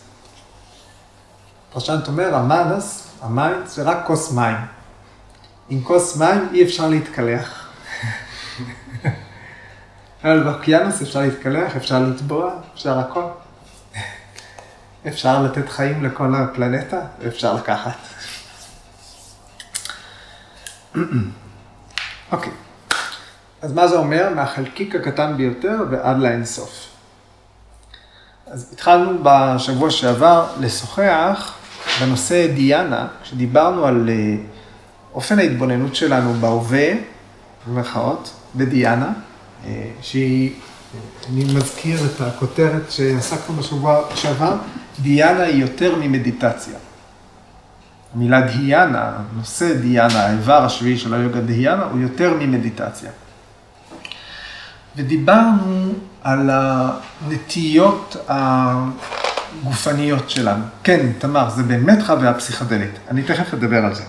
פרשנט אומר, המנס, המים, זה רק כוס מים. עם כוס מים אי אפשר להתקלח. אבל באוקיינוס אפשר להתקלח, אפשר לטבוע, אפשר הכל. אפשר לתת חיים לכל הפלנטה, ואפשר לקחת. אוקיי. אז מה זה אומר? מהחלקיק הקטן ביותר ועד לאינסוף. אז התחלנו בשבוע שעבר לשוחח בנושא דיאנה, כשדיברנו על אופן ההתבוננות שלנו בהווה, במרכאות, בדיאנה, שהיא, אני מזכיר את הכותרת שעסקנו בשבוע שעבר, דיאנה היא יותר ממדיטציה. המילה דיאנה, נושא דיאנה, האיבר השביעי של היוגה דיאנה, הוא יותר ממדיטציה. ודיברנו על הנטיות הגופניות שלנו. כן, תמר, זה באמת חוויה פסיכדלית. אני תכף אדבר על זה.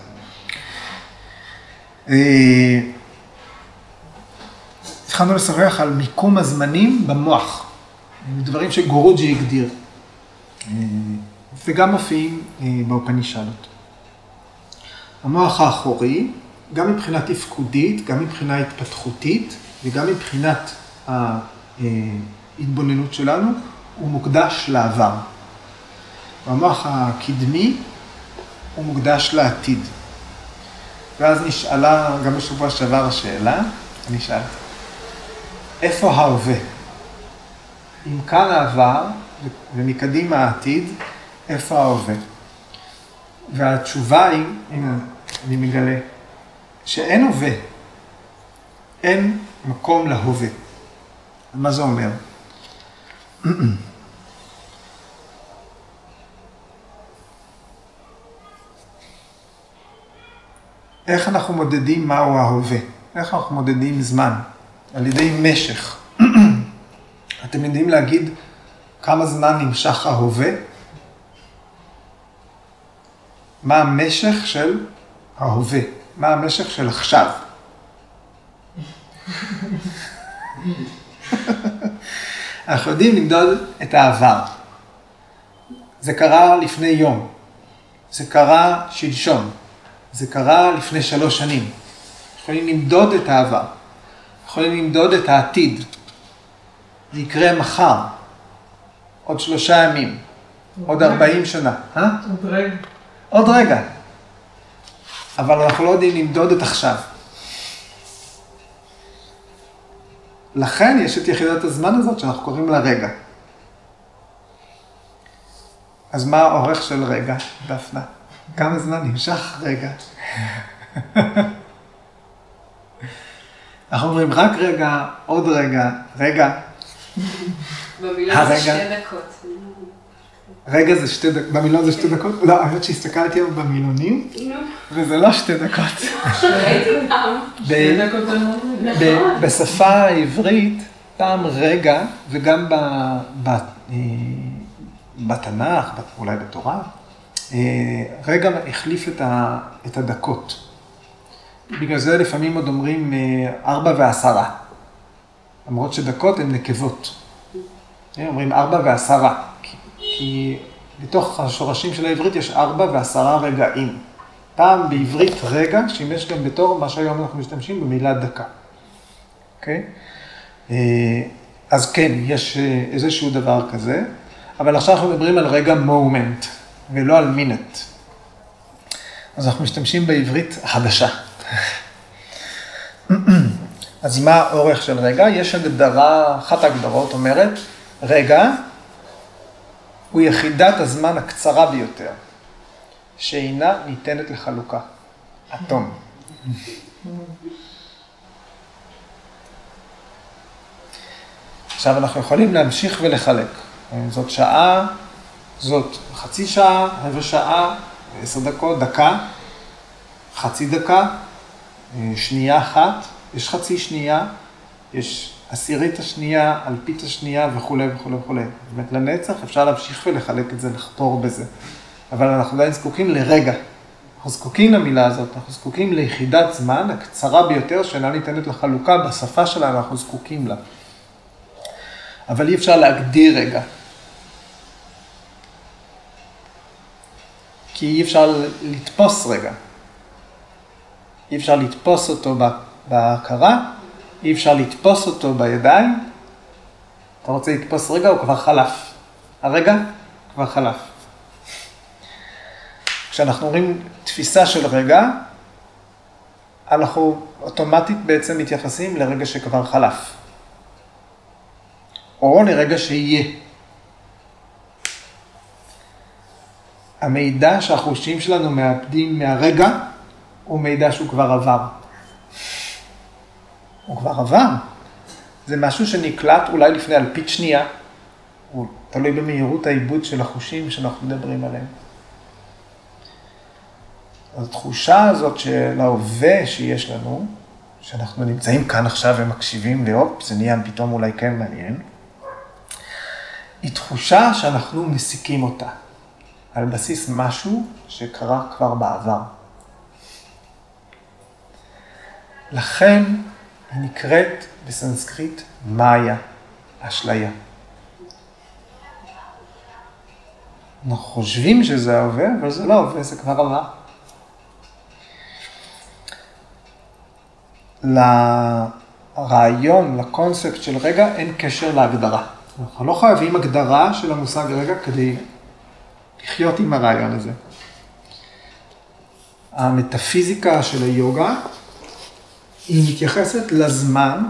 התחלנו לשוחח על מיקום הזמנים במוח. דברים שגורוג'י הגדיר. וגם מופיעים באופנישדות. המוח האחורי, גם מבחינה תפקודית, גם מבחינה התפתחותית, וגם מבחינת ההתבוננות שלנו, הוא מוקדש לעבר. המוח הקדמי הוא מוקדש לעתיד. ואז נשאלה, גם בשבוע שעבר השאלה, אני שאלתי, איפה ההווה? אם כאן העבר ומקדימה העתיד, איפה ההווה? והתשובה היא, הנה, אני מגלה, שאין הווה, אין מקום להווה. מה זה אומר? איך אנחנו מודדים מהו ההווה? איך אנחנו מודדים זמן? על ידי משך. אתם יודעים להגיד כמה זמן נמשך ההווה? מה המשך של ההווה? מה המשך של עכשיו? אנחנו יודעים למדוד את העבר. זה קרה לפני יום. זה קרה שלשום. זה קרה לפני 3 שנים. יכולים למדוד את העבר. יכולים למדוד את העתיד. זה יקרה מחר. עוד 3 ימים. עוד 40 שנה. עוד רגע. עוד רגע. אבל אנחנו לא יודעים למדוד את עכשיו. לכן יש את יחידת הזמן הזאת שאנחנו קוראים לה רגע. אז מה האורך של רגע, דפנה? כמה זמן נמשך רגע? אנחנו אומרים רק רגע, עוד רגע, רגע. במילון זה 2 דקות. רגע זה 2 דקות, במילון זה 2 דקות? לא, האמת שהסתכלתי היום במילונים, וזה לא 2 דקות. הייתי פעם. 2 דקות נכון. בשפה העברית, פעם רגע, וגם בתנ"ך, אולי בתורה, רגע החליף את הדקות. בגלל זה לפעמים עוד אומרים 4 ו10. למרות שדקות הן נקבות. אומרים 4 ו10. כי בתוך השורשים של העברית יש 4 ו10 רגעים. פעם בעברית רגע שימש גם בתור מה שהיום אנחנו משתמשים במילה דקה. אוקיי? אז כן, יש איזשהו דבר כזה, אבל עכשיו אנחנו מדברים על רגע moment, ולא על minute. אז אנחנו משתמשים בעברית חדשה. אז מה האורך של רגע? יש הגדרה, אחת ההגדרות אומרת, רגע הוא יחידת הזמן הקצרה ביותר, שאינה ניתנת לחלוקה. אטום. עכשיו אנחנו יכולים להמשיך ולחלק. זאת שעה, זאת חצי שעה, רבע שעה, 10 דקות, דקה, חצי דקה, שנייה אחת, יש חצי שנייה, יש 10th השנייה, 1/10 השנייה וכו' וכו' וכו'. זאת אומרת, לנצח אפשר להמשיך ולחלק את זה, לחתור בזה. אבל אנחנו עדיין זקוקים לרגע. אנחנו זקוקים למילה הזאת, אנחנו זקוקים ליחידת זמן הקצרה ביותר שאינה ניתנת לחלוקה, בשפה שלנו אנחנו זקוקים לה. אבל אי אפשר להגדיר רגע. כי אי אפשר לתפוס רגע. אי אפשר לתפוס אותו בהכרה, אי אפשר לתפוס אותו בידיים. אתה רוצה לתפוס רגע, הוא כבר חלף. הרגע כבר חלף. כשאנחנו אומרים תפיסה של רגע, אנחנו אוטומטית בעצם מתייחסים לרגע שכבר חלף. או לרגע שיהיה. המידע שהחושים שלנו מאבדים מהרגע, הוא מידע שהוא כבר עבר. הוא כבר עבר. זה משהו שנקלט אולי לפני 1/10 שנייה, הוא תלוי במהירות העיבוד של החושים שאנחנו מדברים עליהם. אז התחושה הזאת של ההווה שיש לנו, שאנחנו נמצאים כאן עכשיו ומקשיבים, והופ, זה נהיה פתאום אולי כן מעניין, היא תחושה שאנחנו מסיקים אותה, על בסיס משהו שקרה כבר בעבר. לכן היא נקראת בסנסקריט מאיה, אשליה. אנחנו חושבים שזה ההווה, אבל זה לא ההווה, זה כבר עבר. לרעיון, לקונספט של רגע, אין קשר להגדרה. אנחנו לא חייבים הגדרה של המושג רגע כדי לחיות עם הרעיון הזה. המטאפיזיקה של היוגה, היא מתייחסת לזמן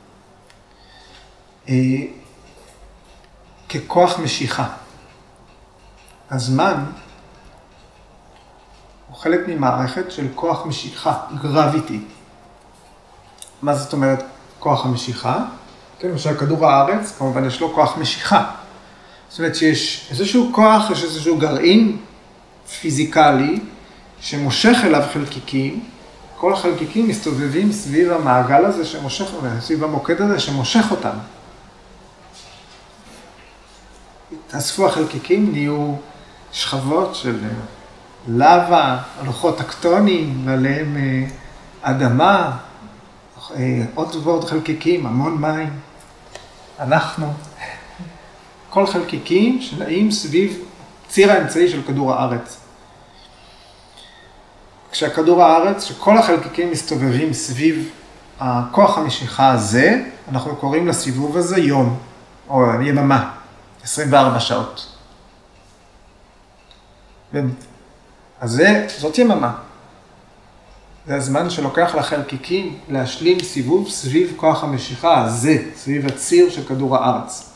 ככוח משיכה. הזמן הוא חלק ממערכת של כוח משיכה, גרביטי. מה זאת אומרת כוח המשיכה? כן, למשל כדור הארץ, כמובן יש לו כוח משיכה. זאת אומרת שיש איזשהו כוח, יש איזשהו גרעין פיזיקלי שמושך אליו חלקיקים, כל החלקיקים מסתובבים סביב המעגל הזה שמושך, סביב המוקד הזה שמושך אותם. התאספו החלקיקים, נהיו שכבות של לבה, לוחות טקטוניים, ועליהם אדמה, עוד ועוד חלקיקים, המון מים. אנחנו, כל חלקיקים שנעים סביב ציר האמצעי של כדור הארץ. כשהכדור הארץ, שכל החלקיקים מסתובבים סביב הכוח המשיכה הזה, אנחנו קוראים לסיבוב הזה יום, או יממה, 24 שעות. אז זאת יממה. זה הזמן שלוקח לחלקיקים להשלים סיבוב סביב כוח המשיכה הזה, סביב הציר של כדור הארץ.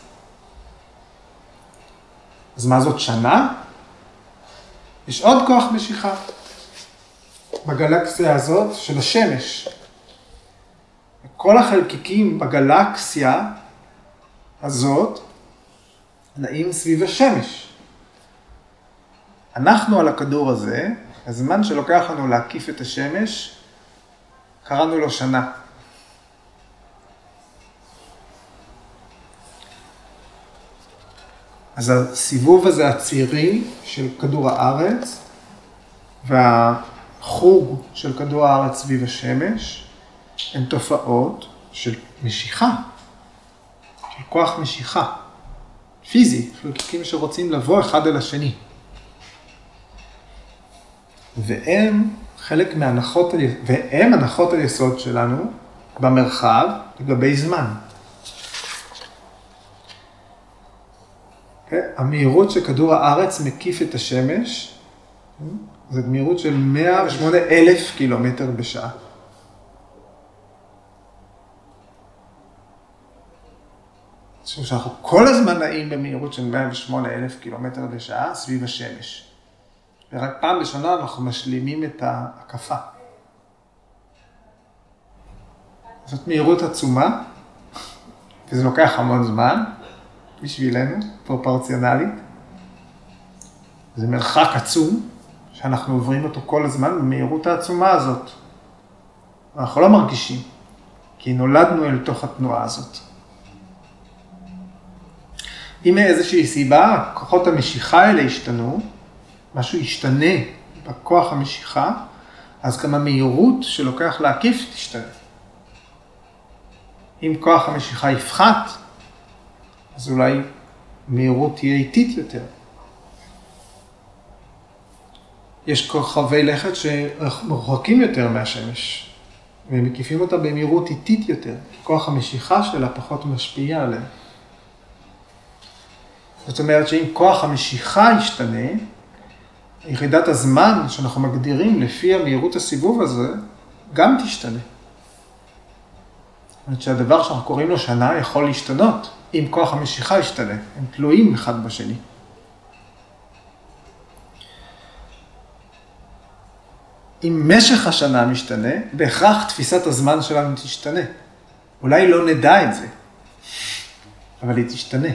אז מה זאת שנה? יש עוד כוח משיכה. בגלקסיה הזאת של השמש. כל החלקיקים בגלקסיה הזאת נעים סביב השמש. אנחנו על הכדור הזה, הזמן שלוקח לנו להקיף את השמש, קראנו לו שנה. אז הסיבוב הזה הצירי של כדור הארץ, והחוג של כדור הארץ סביב השמש, הן תופעות של משיכה, של כוח משיכה, פיזי, חלקיקים שרוצים לבוא אחד אל השני. והם חלק הנחות היסוד שלנו במרחב לגבי זמן. המהירות שכדור הארץ מקיף את השמש, זאת מהירות של 108,000 קילומטר בשעה. שאנחנו כל הזמן נעים במהירות של 108,000 קילומטר בשעה סביב השמש. ורק פעם בשנה אנחנו משלימים את ההקפה. זאת מהירות עצומה, וזה לוקח המון זמן בשבילנו, פרופורציונלית. זה מרחק עצום, שאנחנו עוברים אותו כל הזמן במהירות העצומה הזאת. אנחנו לא מרגישים, כי נולדנו אל תוך התנועה הזאת. אם מאיזושהי סיבה, כוחות המשיכה האלה השתנו, משהו ישתנה בכוח המשיכה, אז גם המהירות שלוקח להקיף תשתנה. אם כוח המשיכה יפחת, אז אולי מהירות תהיה איטית יותר. יש כוכבי לכת שמרוחקים יותר מהשמש, והם מקיפים אותה במהירות איטית יותר, כי כוח המשיכה שלה פחות משפיע עליהם. זאת אומרת שאם כוח המשיכה ישתנה, יחידת הזמן שאנחנו מגדירים לפי המהירות הסיבוב הזה, גם תשתנה. זאת אומרת שהדבר שאנחנו קוראים לו שנה יכול להשתנות, אם כוח המשיכה ישתנה. הם תלויים אחד בשני. אם משך השנה משתנה, בהכרח תפיסת הזמן שלנו תשתנה. אולי לא נדע את זה, אבל היא תשתנה.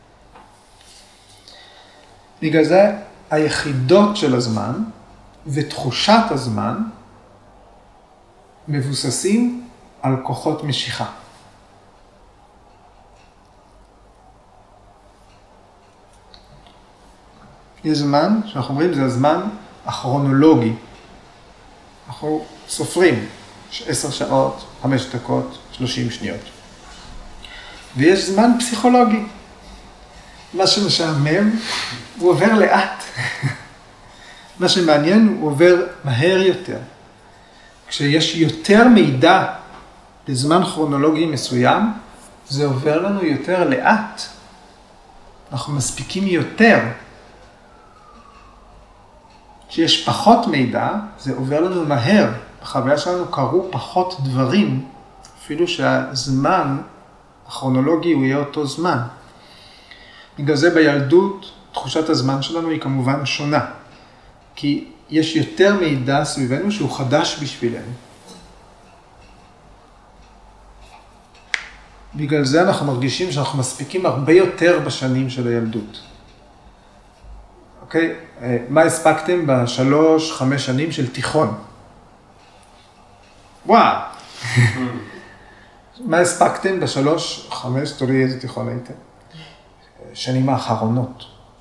בגלל זה, היחידות של הזמן ותחושת הזמן מבוססים על כוחות משיכה. יש זמן שאנחנו אומרים, זה הזמן הכרונולוגי. אנחנו סופרים 10 שעות, 5 דקות, 30 שניות. ויש זמן פסיכולוגי. מה שמשעמם, הוא עובר לאט. מה שמעניין, הוא עובר מהר יותר. כשיש יותר מידע לזמן כרונולוגי מסוים, זה עובר לנו יותר לאט. אנחנו מספיקים יותר. כשיש פחות מידע, זה עובר לנו מהר. בחוויה שלנו קרו פחות דברים, אפילו שהזמן הכרונולוגי הוא יהיה אותו זמן. בגלל זה בילדות, תחושת הזמן שלנו היא כמובן שונה. כי יש יותר מידע סביבנו שהוא חדש בשבילנו. בגלל זה אנחנו מרגישים שאנחנו מספיקים הרבה יותר בשנים של הילדות. אוקיי? מה הספקתם ב3-5 שנים של תיכון? וואו! מה הספקתם ב3-5, תולי איזה תיכון הייתם? שנים האחרונות.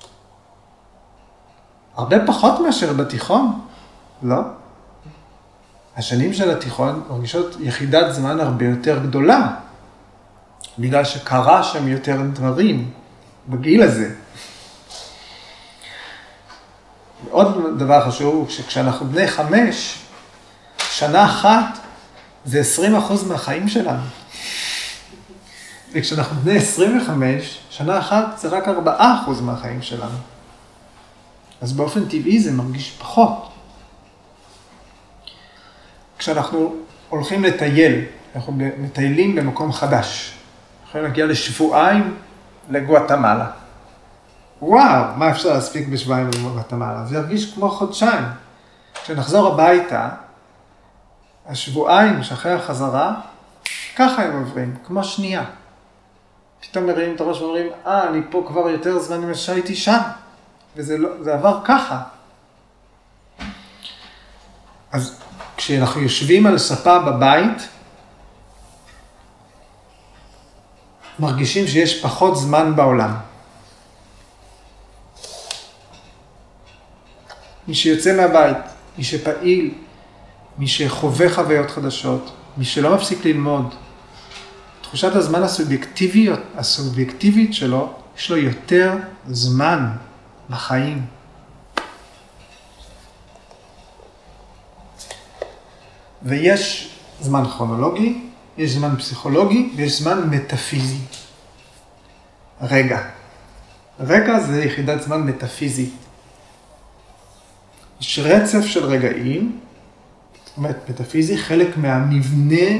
הרבה פחות מאשר בתיכון, לא? השנים של התיכון מרגישות יחידת זמן הרבה יותר גדולה, בגלל שקרה שם יותר דברים בגיל הזה. עוד דבר חשוב הוא שכשאנחנו בני 5, שנה אחת זה 20% מהחיים שלנו. וכשאנחנו בני 25, שנה אחת זה רק 4% מהחיים שלנו. אז באופן טבעי זה מרגיש פחות. כשאנחנו הולכים לטייל, אנחנו מטיילים במקום חדש. יכולים להגיע לשבועיים לגואטמלה. וואו, מה אפשר להספיק בשבועיים לגואטמלה? זה ירגיש כמו חודשיים. כשנחזור הביתה, השבועיים שאחרי החזרה, ככה הם עוברים, כמו שנייה. פתאום מרימים את הראש ואומרים, אני פה כבר יותר זמן ממה שהייתי שם. וזה לא, זה עבר ככה. אז כשאנחנו יושבים על ספה בבית, מרגישים שיש פחות זמן בעולם. מי שיוצא מהבית, מי שפעיל, מי שחווה חוויות חדשות, מי שלא מפסיק ללמוד, תחושת הזמן הסובייקטיבית שלו, יש לו יותר זמן בחיים. ויש זמן כרונולוגי, יש זמן פסיכולוגי ויש זמן מטאפיזי. רגע זה יחידת זמן מטאפיזית. יש רצף של רגעים, זאת אומרת, מטאפיזי, חלק מהמבנה,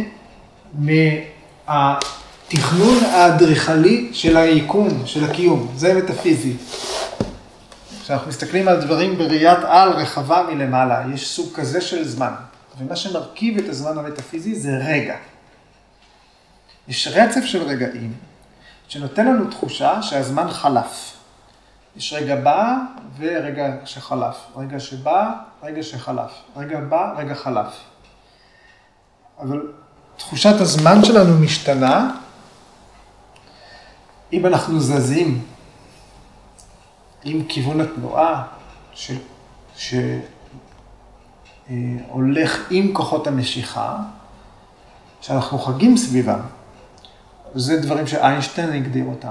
מהתכנון האדריכלי של היקום, של הקיום. זה מטאפיזי. כשאנחנו מסתכלים על דברים בראיית על רחבה מלמעלה, יש סוג כזה של זמן. ומה שמרכיב את הזמן המטאפיזי זה רגע. יש רצף של רגעים, שנותן לנו תחושה שהזמן חלף. יש רגע בא ורגע שחלף. רגע שבא, רגע שחלף. רגע בא, רגע חלף. אבל תחושת הזמן שלנו משתנה, אם אנחנו זזים עם כיוון התנועה, שהולך עם כוחות המשיכה, שאנחנו חגים סביבם. זה דברים שאיינשטיין הגדיר אותם.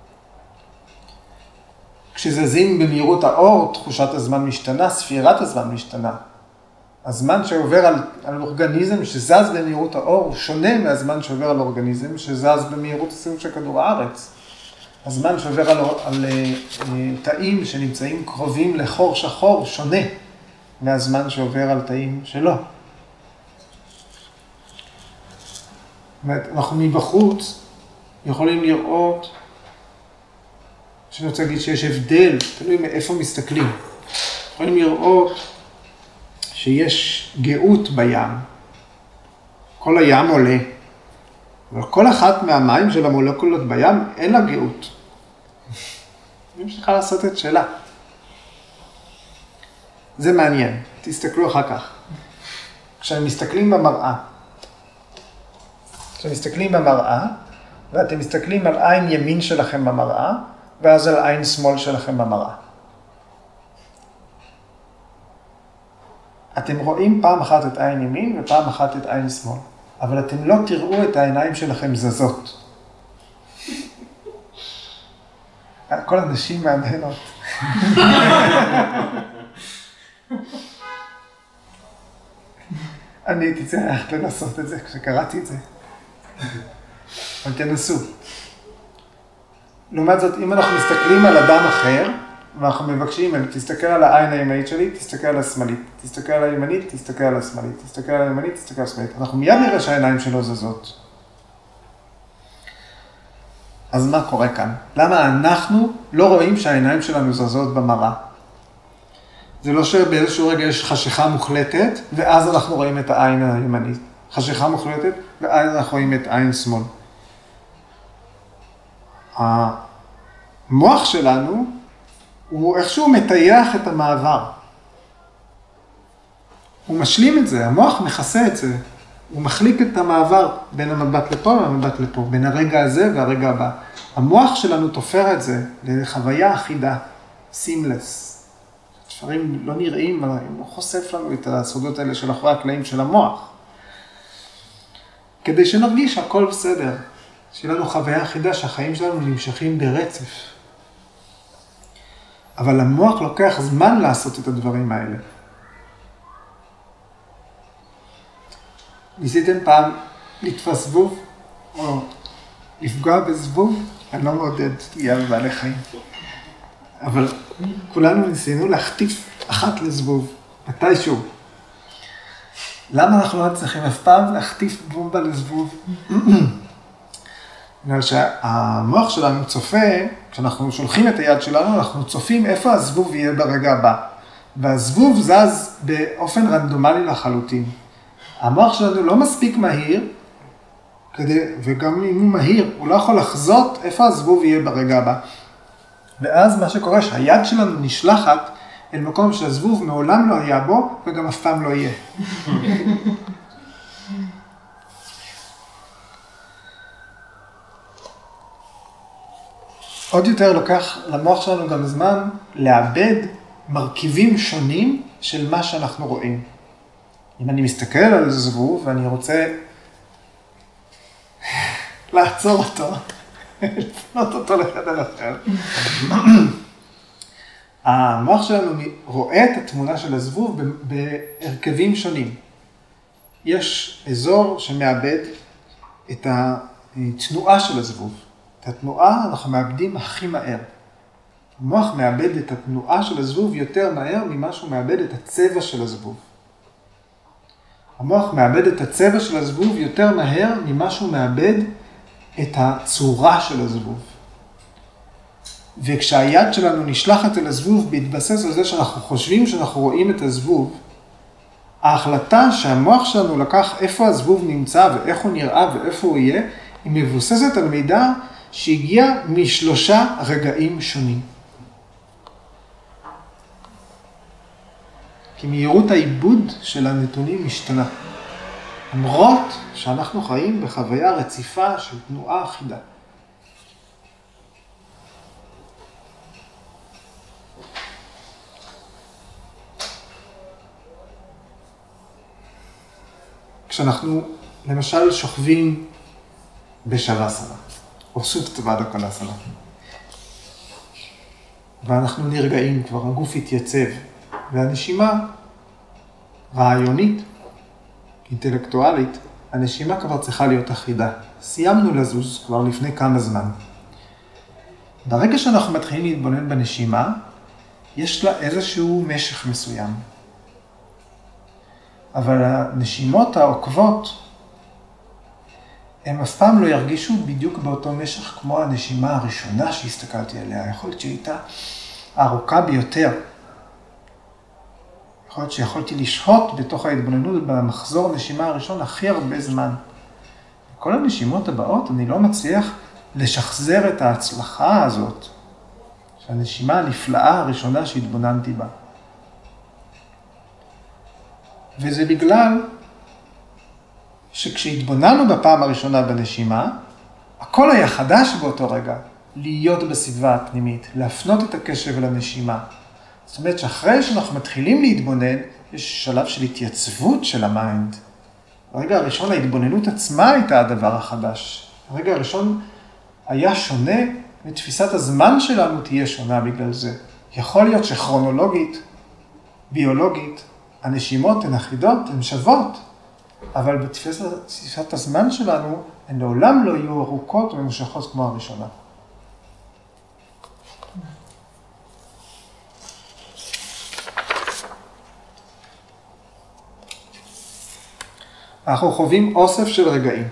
כשזזים במהירות האור, תחושת הזמן משתנה, ספירת הזמן משתנה. הזמן שעובר על אורגניזם שזז במהירות האור הוא שונה מהזמן שעובר על אורגניזם שזז במהירות הסיבוב של כדור הארץ. הזמן שעובר על תאים שנמצאים קרובים לחור שחור שונה מהזמן שעובר על תאים שלו. זאת אומרת, אנחנו מבחוץ יכולים לראות, שאני רוצה להגיד שיש הבדל, תלוי מאיפה מסתכלים. יכולים לראות שיש גאות בים. כל הים עולה. אבל כל אחת מהמים של המולקולות בים אין לה גאות. אני ממשיכה לעשות את שלה. זה מעניין. תסתכלו אחר כך. כשמסתכלים במראה, ואתם מסתכלים על עין ימין שלכם במראה, ואז על עין שמאל שלכם במראה. אתם רואים פעם אחת את עין ימין ופעם אחת את עין שמאל, אבל אתם לא תראו את העיניים שלכם זזות. כל הנשים מהנהנות. אני הייתי צריך לנסות את זה כשקראתי את זה. אבל תנסו. לעומת זאת, אם אנחנו מסתכלים על אדם אחר, ואנחנו מבקשים, תסתכל על העין הימנית שלי, תסתכל על השמאלית, תסתכל על הימנית, תסתכל על השמאלית, תסתכל על הימנית, תסתכל על השמאלית. אנחנו מיד נראה שהעיניים שלו זזות. אז מה קורה כאן? למה אנחנו לא רואים שהעיניים שלנו זזות במראה? זה לא שבאיזשהו רגע יש חשיכה מוחלטת, ואז אנחנו רואים את העין הימנית. חשיכה מוחלטת, ואז אנחנו רואים את עין שמאל. המוח שלנו הוא איכשהו מטייח את המעבר. הוא משלים את זה, המוח מכסה את זה. הוא מחליק את המעבר בין המבט לפה והמבט לפה, בין הרגע הזה והרגע הבא. המוח שלנו תופר את זה לחוויה אחידה, seamless. דברים לא נראים, אבל הוא חושף לנו את הסודות האלה של אחרי הקלעים של המוח. כדי שנרגיש שהכל בסדר, שיהיה לנו חוויה אחידה שהחיים שלנו נמשכים ברצף. אבל המוח לוקח זמן לעשות את הדברים האלה. ניסיתם פעם לתפוס זבוב או לפגוע בזבוב? אני לא מעודד תהיה בבעלי חיים. אבל כולנו ניסינו להחטיף אחת לזבוב, מתישהו. למה אנחנו לא צריכים אף פעם להחטיף בומבה לזבוב? בגלל שהמוח שלנו צופה, כשאנחנו שולחים את היד שלנו, אנחנו צופים איפה הזבוב יהיה ברגע הבא. והזבוב זז באופן רנדומלי לחלוטין. המוח שלנו לא מספיק מהיר, וגם אם הוא מהיר, הוא לא יכול לחזות איפה הזבוב יהיה ברגע הבא. ואז מה שקורה, שהיד שלנו נשלחת אל מקום שהזבוב מעולם לא היה בו, וגם אף פעם לא יהיה. עוד יותר לוקח למוח שלנו גם זמן לאבד מרכיבים שונים של מה שאנחנו רואים. אם אני מסתכל על זבוב ואני רוצה לעצור אותו, לפנות אותו לחדר אחר. המוח שלנו רואה את התמונה של הזבוב בהרכבים שונים. יש אזור שמאבד את התנועה של הזבוב. את התנועה אנחנו מאבדים הכי מהר. המוח מאבד את התנועה של הזבוב יותר מהר ממה שהוא מאבד את הצבע של הזבוב. המוח מאבד את הצבע של הזבוב יותר מהר ממה שהוא מאבד את הצורה של הזבוב. וכשהיד שלנו נשלחת אל הזבוב בהתבסס על זה שאנחנו חושבים שאנחנו רואים את הזבוב, ההחלטה שהמוח שלנו לקח איפה הזבוב נמצא ואיך הוא נראה ואיפה הוא יהיה, היא מבוססת על מידע שהגיע משלושה רגעים שונים. כי מהירות העיבוד של הנתונים משתנה. למרות שאנחנו חיים בחוויה רציפה של תנועה אחידה. כשאנחנו למשל שוכבים בשוואסנה, או סופטה קולאסנה, ואנחנו נרגעים, כבר הגוף התייצב, והנשימה רעיונית, אינטלקטואלית, הנשימה כבר צריכה להיות אחידה. סיימנו לזוז כבר לפני כמה זמן. ברגע שאנחנו מתחילים להתבונן בנשימה, יש לה איזשהו משך מסוים. אבל הנשימות העוקבות, הם אף פעם לא ירגישו בדיוק באותו משך כמו הנשימה הראשונה שהסתכלתי עליה. יכול להיות שהייתה ארוכה ביותר. יכול להיות שיכולתי לשהות בתוך ההתבוננות במחזור הנשימה הראשון הכי הרבה זמן. כל הנשימות הבאות אני לא מצליח לשחזר את ההצלחה הזאת, שהנשימה הנפלאה הראשונה שהתבוננתי בה. וזה בגלל שכשהתבוננו בפעם הראשונה בנשימה, הכל היה חדש באותו רגע, להיות בסביבה הפנימית, להפנות את הקשב לנשימה. זאת אומרת שאחרי שאנחנו מתחילים להתבונן, יש שלב של התייצבות של המיינד. הרגע הראשון, ההתבוננות עצמה הייתה הדבר החדש. הרגע הראשון היה שונה ותפיסת הזמן שלנו תהיה שונה בגלל זה. יכול להיות שכרונולוגית, ביולוגית, הנשימות הן אחידות, הן שוות, אבל בתפיסת הזמן שלנו, הן לעולם לא יהיו ארוכות וממשכות כמו הראשונה. אנחנו חווים אוסף של רגעים.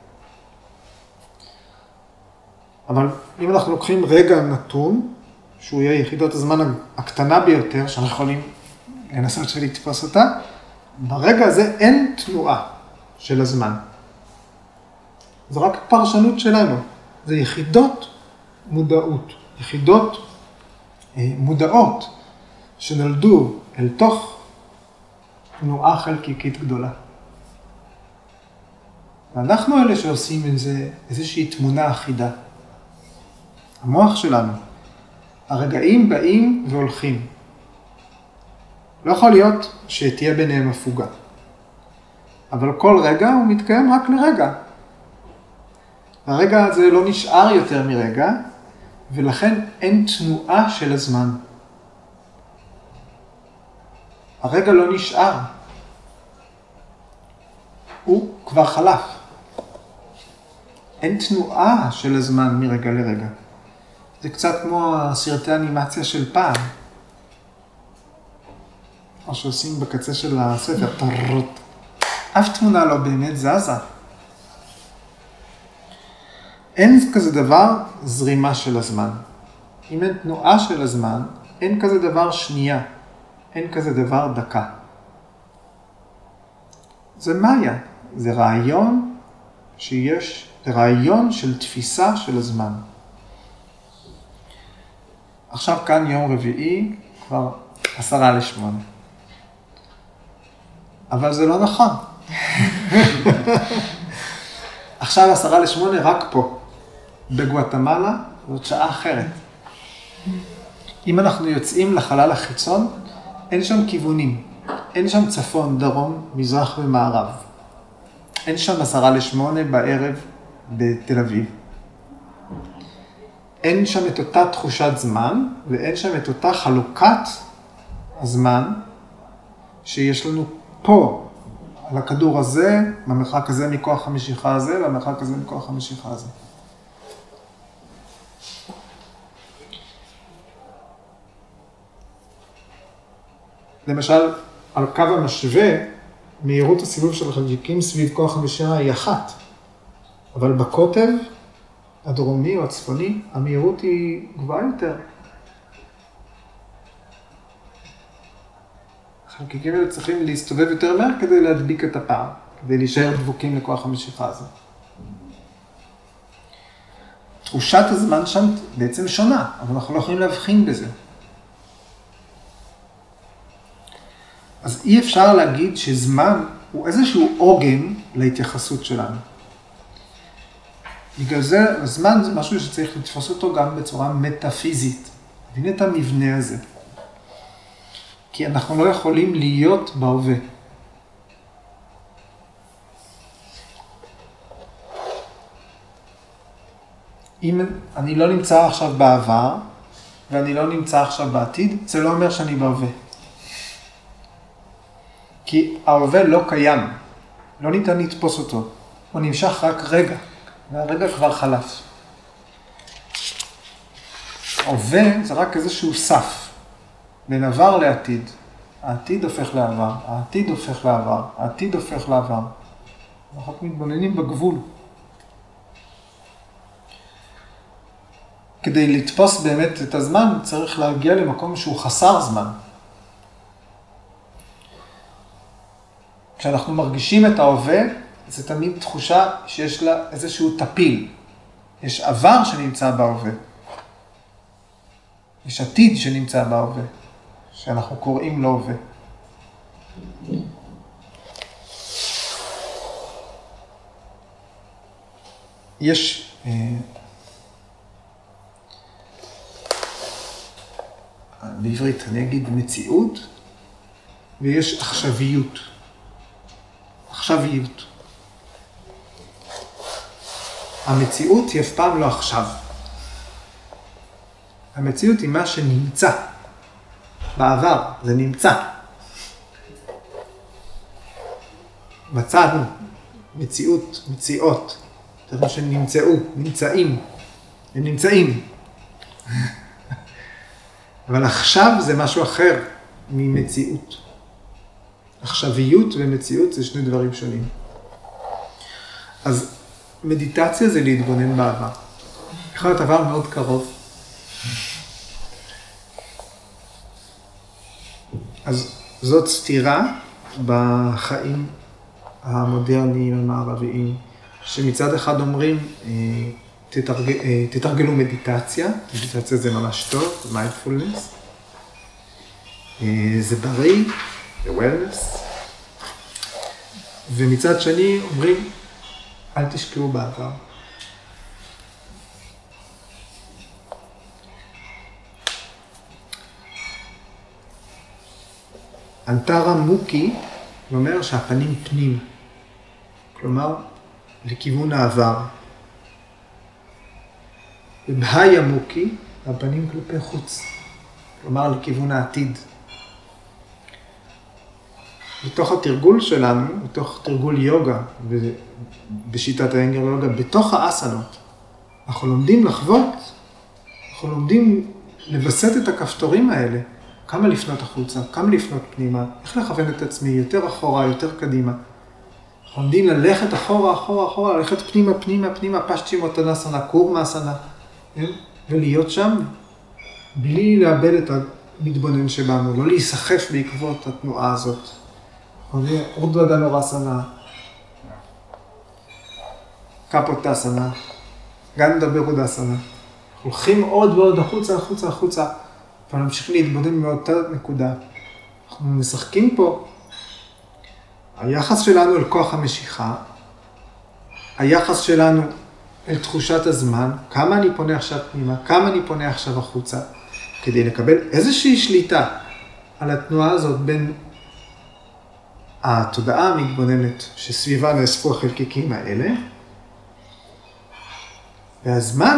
אבל אם אנחנו לוקחים רגע נתון, שהוא יהיה יחידת הזמן הקטנה ביותר, שאנחנו יכולים לנסות לתפוס אותה, ברגע הזה אין תנועה של הזמן. זה רק פרשנות שלנו. זה יחידות מודעות, יחידות מודעות שנולדו אל תוך תנועה חלקיקית גדולה. ואנחנו אלה שעושים איזושהי תמונה אחידה. המוח שלנו, הרגעים באים והולכים. לא יכול להיות שתהיה ביניהם הפוגה. אבל כל רגע הוא מתקיים רק לרגע. הרגע הזה לא נשאר יותר מרגע, ולכן אין תנועה של הזמן. הרגע לא נשאר. הוא כבר חלף. אין תנועה של הזמן מרגע לרגע. זה קצת כמו סרטי אנימציה של פעם. או שעושים בקצה של הספר, טרוט. אף תמונה לא באמת זזה. אין כזה דבר זרימה של הזמן. אם אין תנועה של הזמן, אין כזה דבר שנייה. אין כזה דבר דקה. זה מאיה. זה רעיון שיש, זה רעיון של תפיסה של הזמן. עכשיו כאן יום רביעי, כבר 7:50. אבל זה לא נכון. עכשיו 7:50 רק פה. בגואטמלה, זאת שעה אחרת. אם אנחנו יוצאים לחלל החיצון, אין שם כיוונים. אין שם צפון, דרום, מזרח ומערב. אין שם 7:50 בערב בתל אביב. אין שם את אותה תחושת זמן, ואין שם את אותה חלוקת הזמן שיש לנו פה, על הכדור הזה, במרחק הזה מכוח המשיכה הזה, והמרחק הזה מכוח המשיכה הזה. למשל, על קו המשווה, מהירות הסיבוב של החלקיקים סביב כוח המשיכה היא 1. אבל בקוטב הדרומי או הצפוני, המהירות היא גבוהה יותר. החלקיקים האלה צריכים להסתובב יותר מהר כדי להדביק את הפער, כדי להישאר דבוקים לכוח המשיכה הזה. תחושת הזמן שם בעצם שונה, אבל אנחנו לא יכולים להבחין בזה. אז אי אפשר להגיד שזמן הוא איזשהו עוגן להתייחסות שלנו. בגלל זה, הזמן זה משהו שצריך לתפוס אותו גם בצורה מטאפיזית. להבין את המבנה הזה. כי אנחנו לא יכולים להיות בהווה. אם אני לא נמצא עכשיו בעבר, ואני לא נמצא עכשיו בעתיד, זה לא אומר שאני בהווה. כי ההווה לא קיים, לא ניתן לתפוס אותו, הוא נמשך רק רגע, והרגע כבר חלף. ההווה זה רק איזשהו סף, בין עבר לעתיד. העתיד הופך לעבר, העתיד הופך לעבר, העתיד הופך לעבר. אנחנו מתבוננים בגבול. כדי לתפוס באמת את הזמן, צריך להגיע למקום שהוא חסר זמן. כשאנחנו מרגישים את ההווה, זה תמיד תחושה שיש לה איזשהו טפיל. יש עבר שנמצא בהווה. יש עתיד שנמצא בהווה, שאנחנו קוראים לו הווה. יש בעברית אני אגיד מציאות, ויש עכשוויות. עכשוויות. המציאות היא אף פעם לא עכשיו. המציאות היא מה שנמצא. בעבר, זה נמצא. מצאנו, מציאות, מציאות. דברים שנמצאו, נמצאים. הם נמצאים. אבל עכשיו זה משהו אחר ממציאות. עכשוויות ומציאות זה שני דברים שונים. אז מדיטציה זה להתבונן בעבר. יכול להיות עבר מאוד קרוב. אז זאת סתירה בחיים המודרניים המערביים, שמצד אחד אומרים, תתרגלו מדיטציה, מדיטציה זה ממש טוב, מיינדפולנס, זה בריא, זה וולנס, ומצד שני אומרים, אל תשקעו בעבר. אנטרה מוקי אומר שהפנים פנים, כלומר לכיוון העבר. ובהיה מוקי, הפנים כלפי חוץ, כלומר לכיוון העתיד. בתוך התרגול שלנו, בתוך תרגול יוגה, בשיטת האנגר יוגה, בתוך האסנות, אנחנו לומדים לחוות, אנחנו לומדים לבסט את הכפתורים האלה, כמה לפנות החוצה, כמה לפנות פנימה, איך לכוון את עצמי, יותר אחורה, יותר קדימה. אנחנו לומדים ללכת אחורה, אחורה, אחורה, ללכת פנימה, פנימה, פנימה, פשצ'ימוטנסנה, קורמאסנה, ולהיות שם, בלי לאבד את המתבונן שבנו, לא להיסחף בעקבות התנועה הזאת. אורדוודנורסנה, קפוטסנה, גנדה ברודסנה. הולכים עוד ועוד החוצה, החוצה, החוצה, אבל נמשיך להתבונן מאותה נקודה. אנחנו משחקים פה. היחס שלנו אל כוח המשיכה, היחס שלנו אל תחושת הזמן, כמה אני פונה עכשיו פנימה, כמה אני פונה עכשיו החוצה, כדי לקבל איזושהי שליטה על התנועה הזאת בין התודעה המתבוננת שסביבה נאספו החלקיקים האלה, והזמן,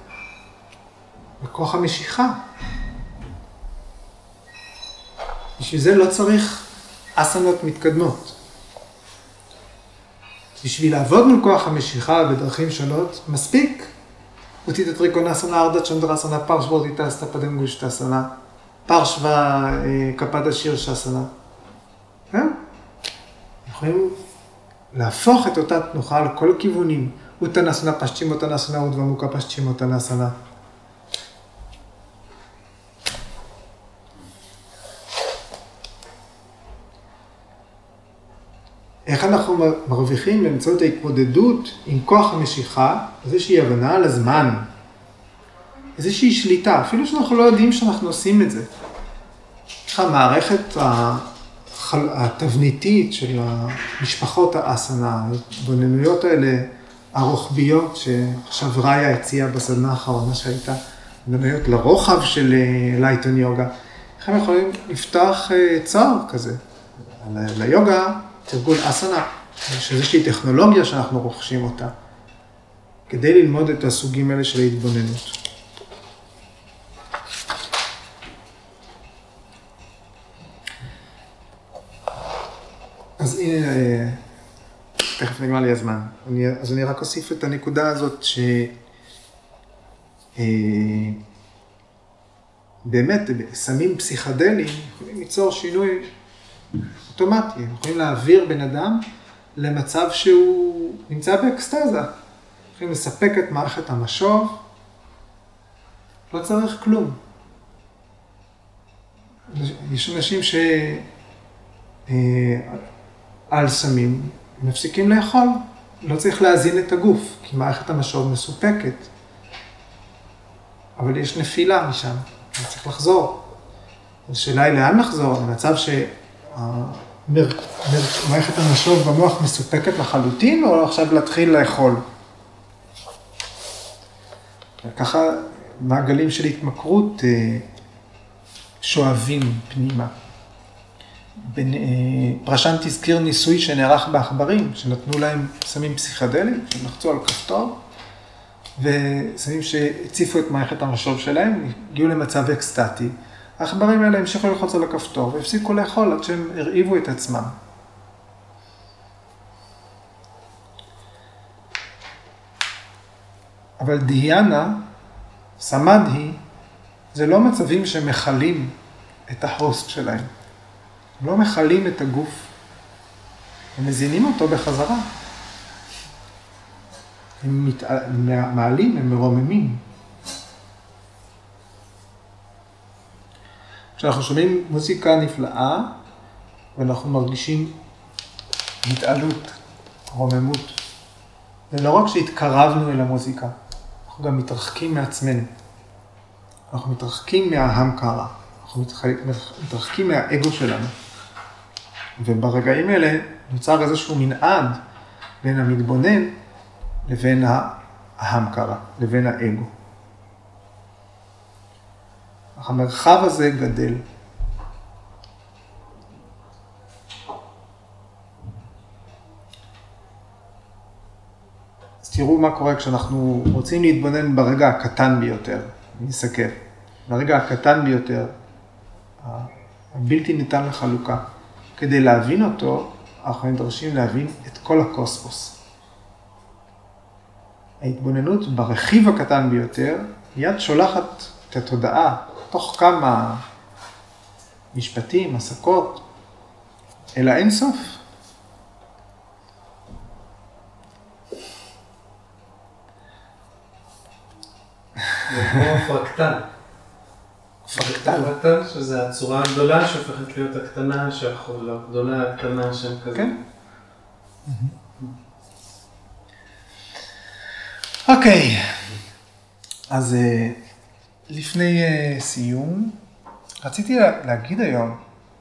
וכוח המשיכה. בשביל זה לא צריך אסנות מתקדמות. בשביל לעבוד מול כוח המשיכה בדרכים שונות, מספיק. אותית טריקונסנה, ארדה צ'נדרסנה, פרשוורדיטסטה, פדנגושטסנה, פרשווה קפדה שירשסנה. כן? יכולים להפוך את אותה תנוחה על כל הכיוונים. אותנסנה, פשצ'ימותנסנה, ודבמוקה פשצ'ימותנסנה. איך אנחנו מרוויחים באמצעות ההתמודדות עם כוח המשיכה, איזושהי הבנה על הזמן, איזושהי שליטה, אפילו שאנחנו לא יודעים שאנחנו עושים את זה. איך המערכת התבניתית של המשפחות האסנה, ההתבוננויות האלה הרוחביות, שעכשיו ראיה הציעה בסדנה האחרונה שהייתה, התבוננויות לרוחב של לייטון יוגה, איך הם יכולים לפתוח צוהר כזה ליוגה, תרגול אסנה, יש איזושהי טכנולוגיה שאנחנו רוכשים אותה, כדי ללמוד את הסוגים האלה של ההתבוננות. אז הנה, תכף נגמר לי הזמן. אז אני רק אוסיף את הנקודה הזאת באמת סמים פסיכדליים יכולים ליצור שינוי אוטומטי. הם יכולים להעביר בן אדם למצב שהוא נמצא באקסטזה. יכולים לספק את מערכת המשוב, לא צריך כלום. יש אנשים על סמים מפסיקים לאכול, לא צריך להזין את הגוף, כי מערכת המשוב מסופקת. אבל יש נפילה משם, צריך לחזור. השאלה היא לאן לחזור, במצב שמערכת המשוב במוח מסופקת לחלוטין, או עכשיו להתחיל לאכול. ככה מעגלים של התמכרות שואבים פנימה. פרשן תזכיר ניסוי שנערך בעכברים, שנתנו להם סמים פסיכדליים, שלחצו על כפתור, וסמים שהציפו את מערכת המשוב שלהם, הגיעו למצב אקסטטי. העכברים האלה המשיכו ללחוץ על הכפתור והפסיקו לאכול עד שהם הרעיבו את עצמם. אבל דיאנה, סמדהי, זה לא מצבים שמכלים את ההוסט שלהם. הם לא מכלים את הגוף. הם מזינים אותו בחזרה. הם מעלים, הם מרוממים. כשאנחנו שומעים מוזיקה נפלאה, ואנחנו מרגישים התעלות, רוממות. זה לא רק שהתקרבנו אל המוזיקה, אנחנו גם מתרחקים מעצמנו. אנחנו מתרחקים מההמקרה, אנחנו מתרחקים מהאגו שלנו. וברגעים האלה נוצר איזשהו מנעד בין המתבונן לבין ההמקרה, לבין האגו. המרחב הזה גדל. אז תראו מה קורה כשאנחנו רוצים להתבונן ברגע הקטן ביותר. אני אסכם. ברגע הקטן ביותר, הבלתי ניתן לחלוקה. כדי להבין אותו, אנחנו נדרשים להבין את כל הקוסמוס. ההתבוננות ברכיב הקטן ביותר, מיד שולחת את התודעה, תוך כמה משפטים, עסקות, אל האינסוף. זה כמו פרקטל. פרקטל, שזה הצורה הגדולה שהופכת להיות הקטנה, שהחולה הגדולה, הקטנה, שם כזה. כן. אוקיי, אז לפני סיום, רציתי להגיד היום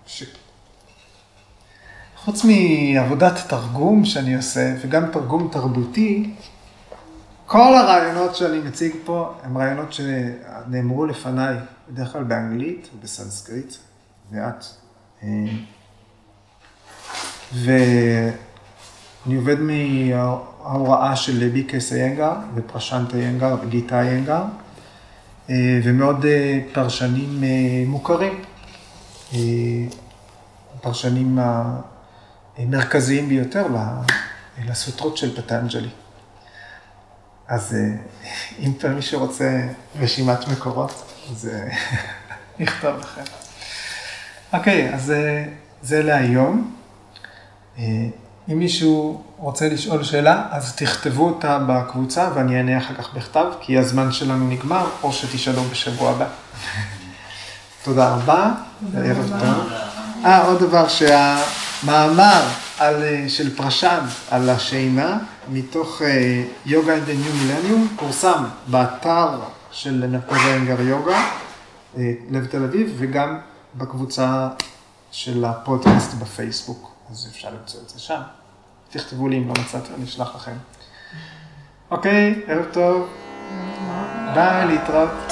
שחוץ מעבודת תרגום שאני עושה, וגם תרגום תרבותי, כל הרעיונות שאני מציג פה הם רעיונות שנאמרו לפניי, בדרך כלל באנגלית ובסנסקריט, מעט. ואני עובד מההוראה של ביקס איינגר ופרשנטה איינגר וגיטה איינגר, ומאוד פרשנים מוכרים, פרשנים המרכזיים ביותר לסוטרות של פטנג'לי. אז אם פעם מישהו רוצה רשימת מקורות, אז נכתוב לכם. אוקיי, אז זה להיום. אם מישהו רוצה לשאול שאלה, אז תכתבו אותה בקבוצה ואני אענה אחר כך בכתב, כי הזמן שלנו נגמר, או שתשאלו בשבוע הבא. תודה רבה. ערב טוב. עוד דבר שהמאמר של פרשן על השינה, מתוך יוגה and the New Millennium, פורסם באתר של נפוליאון איינגר יוגה, לב תל אביב, וגם בקבוצה של הפודקאסט בפייסבוק. אז אפשר למצוא את זה שם. תכתבו לי אם לא מצאתם, אני אשלח לכם. אוקיי, ערב טוב. ביי, להתראות.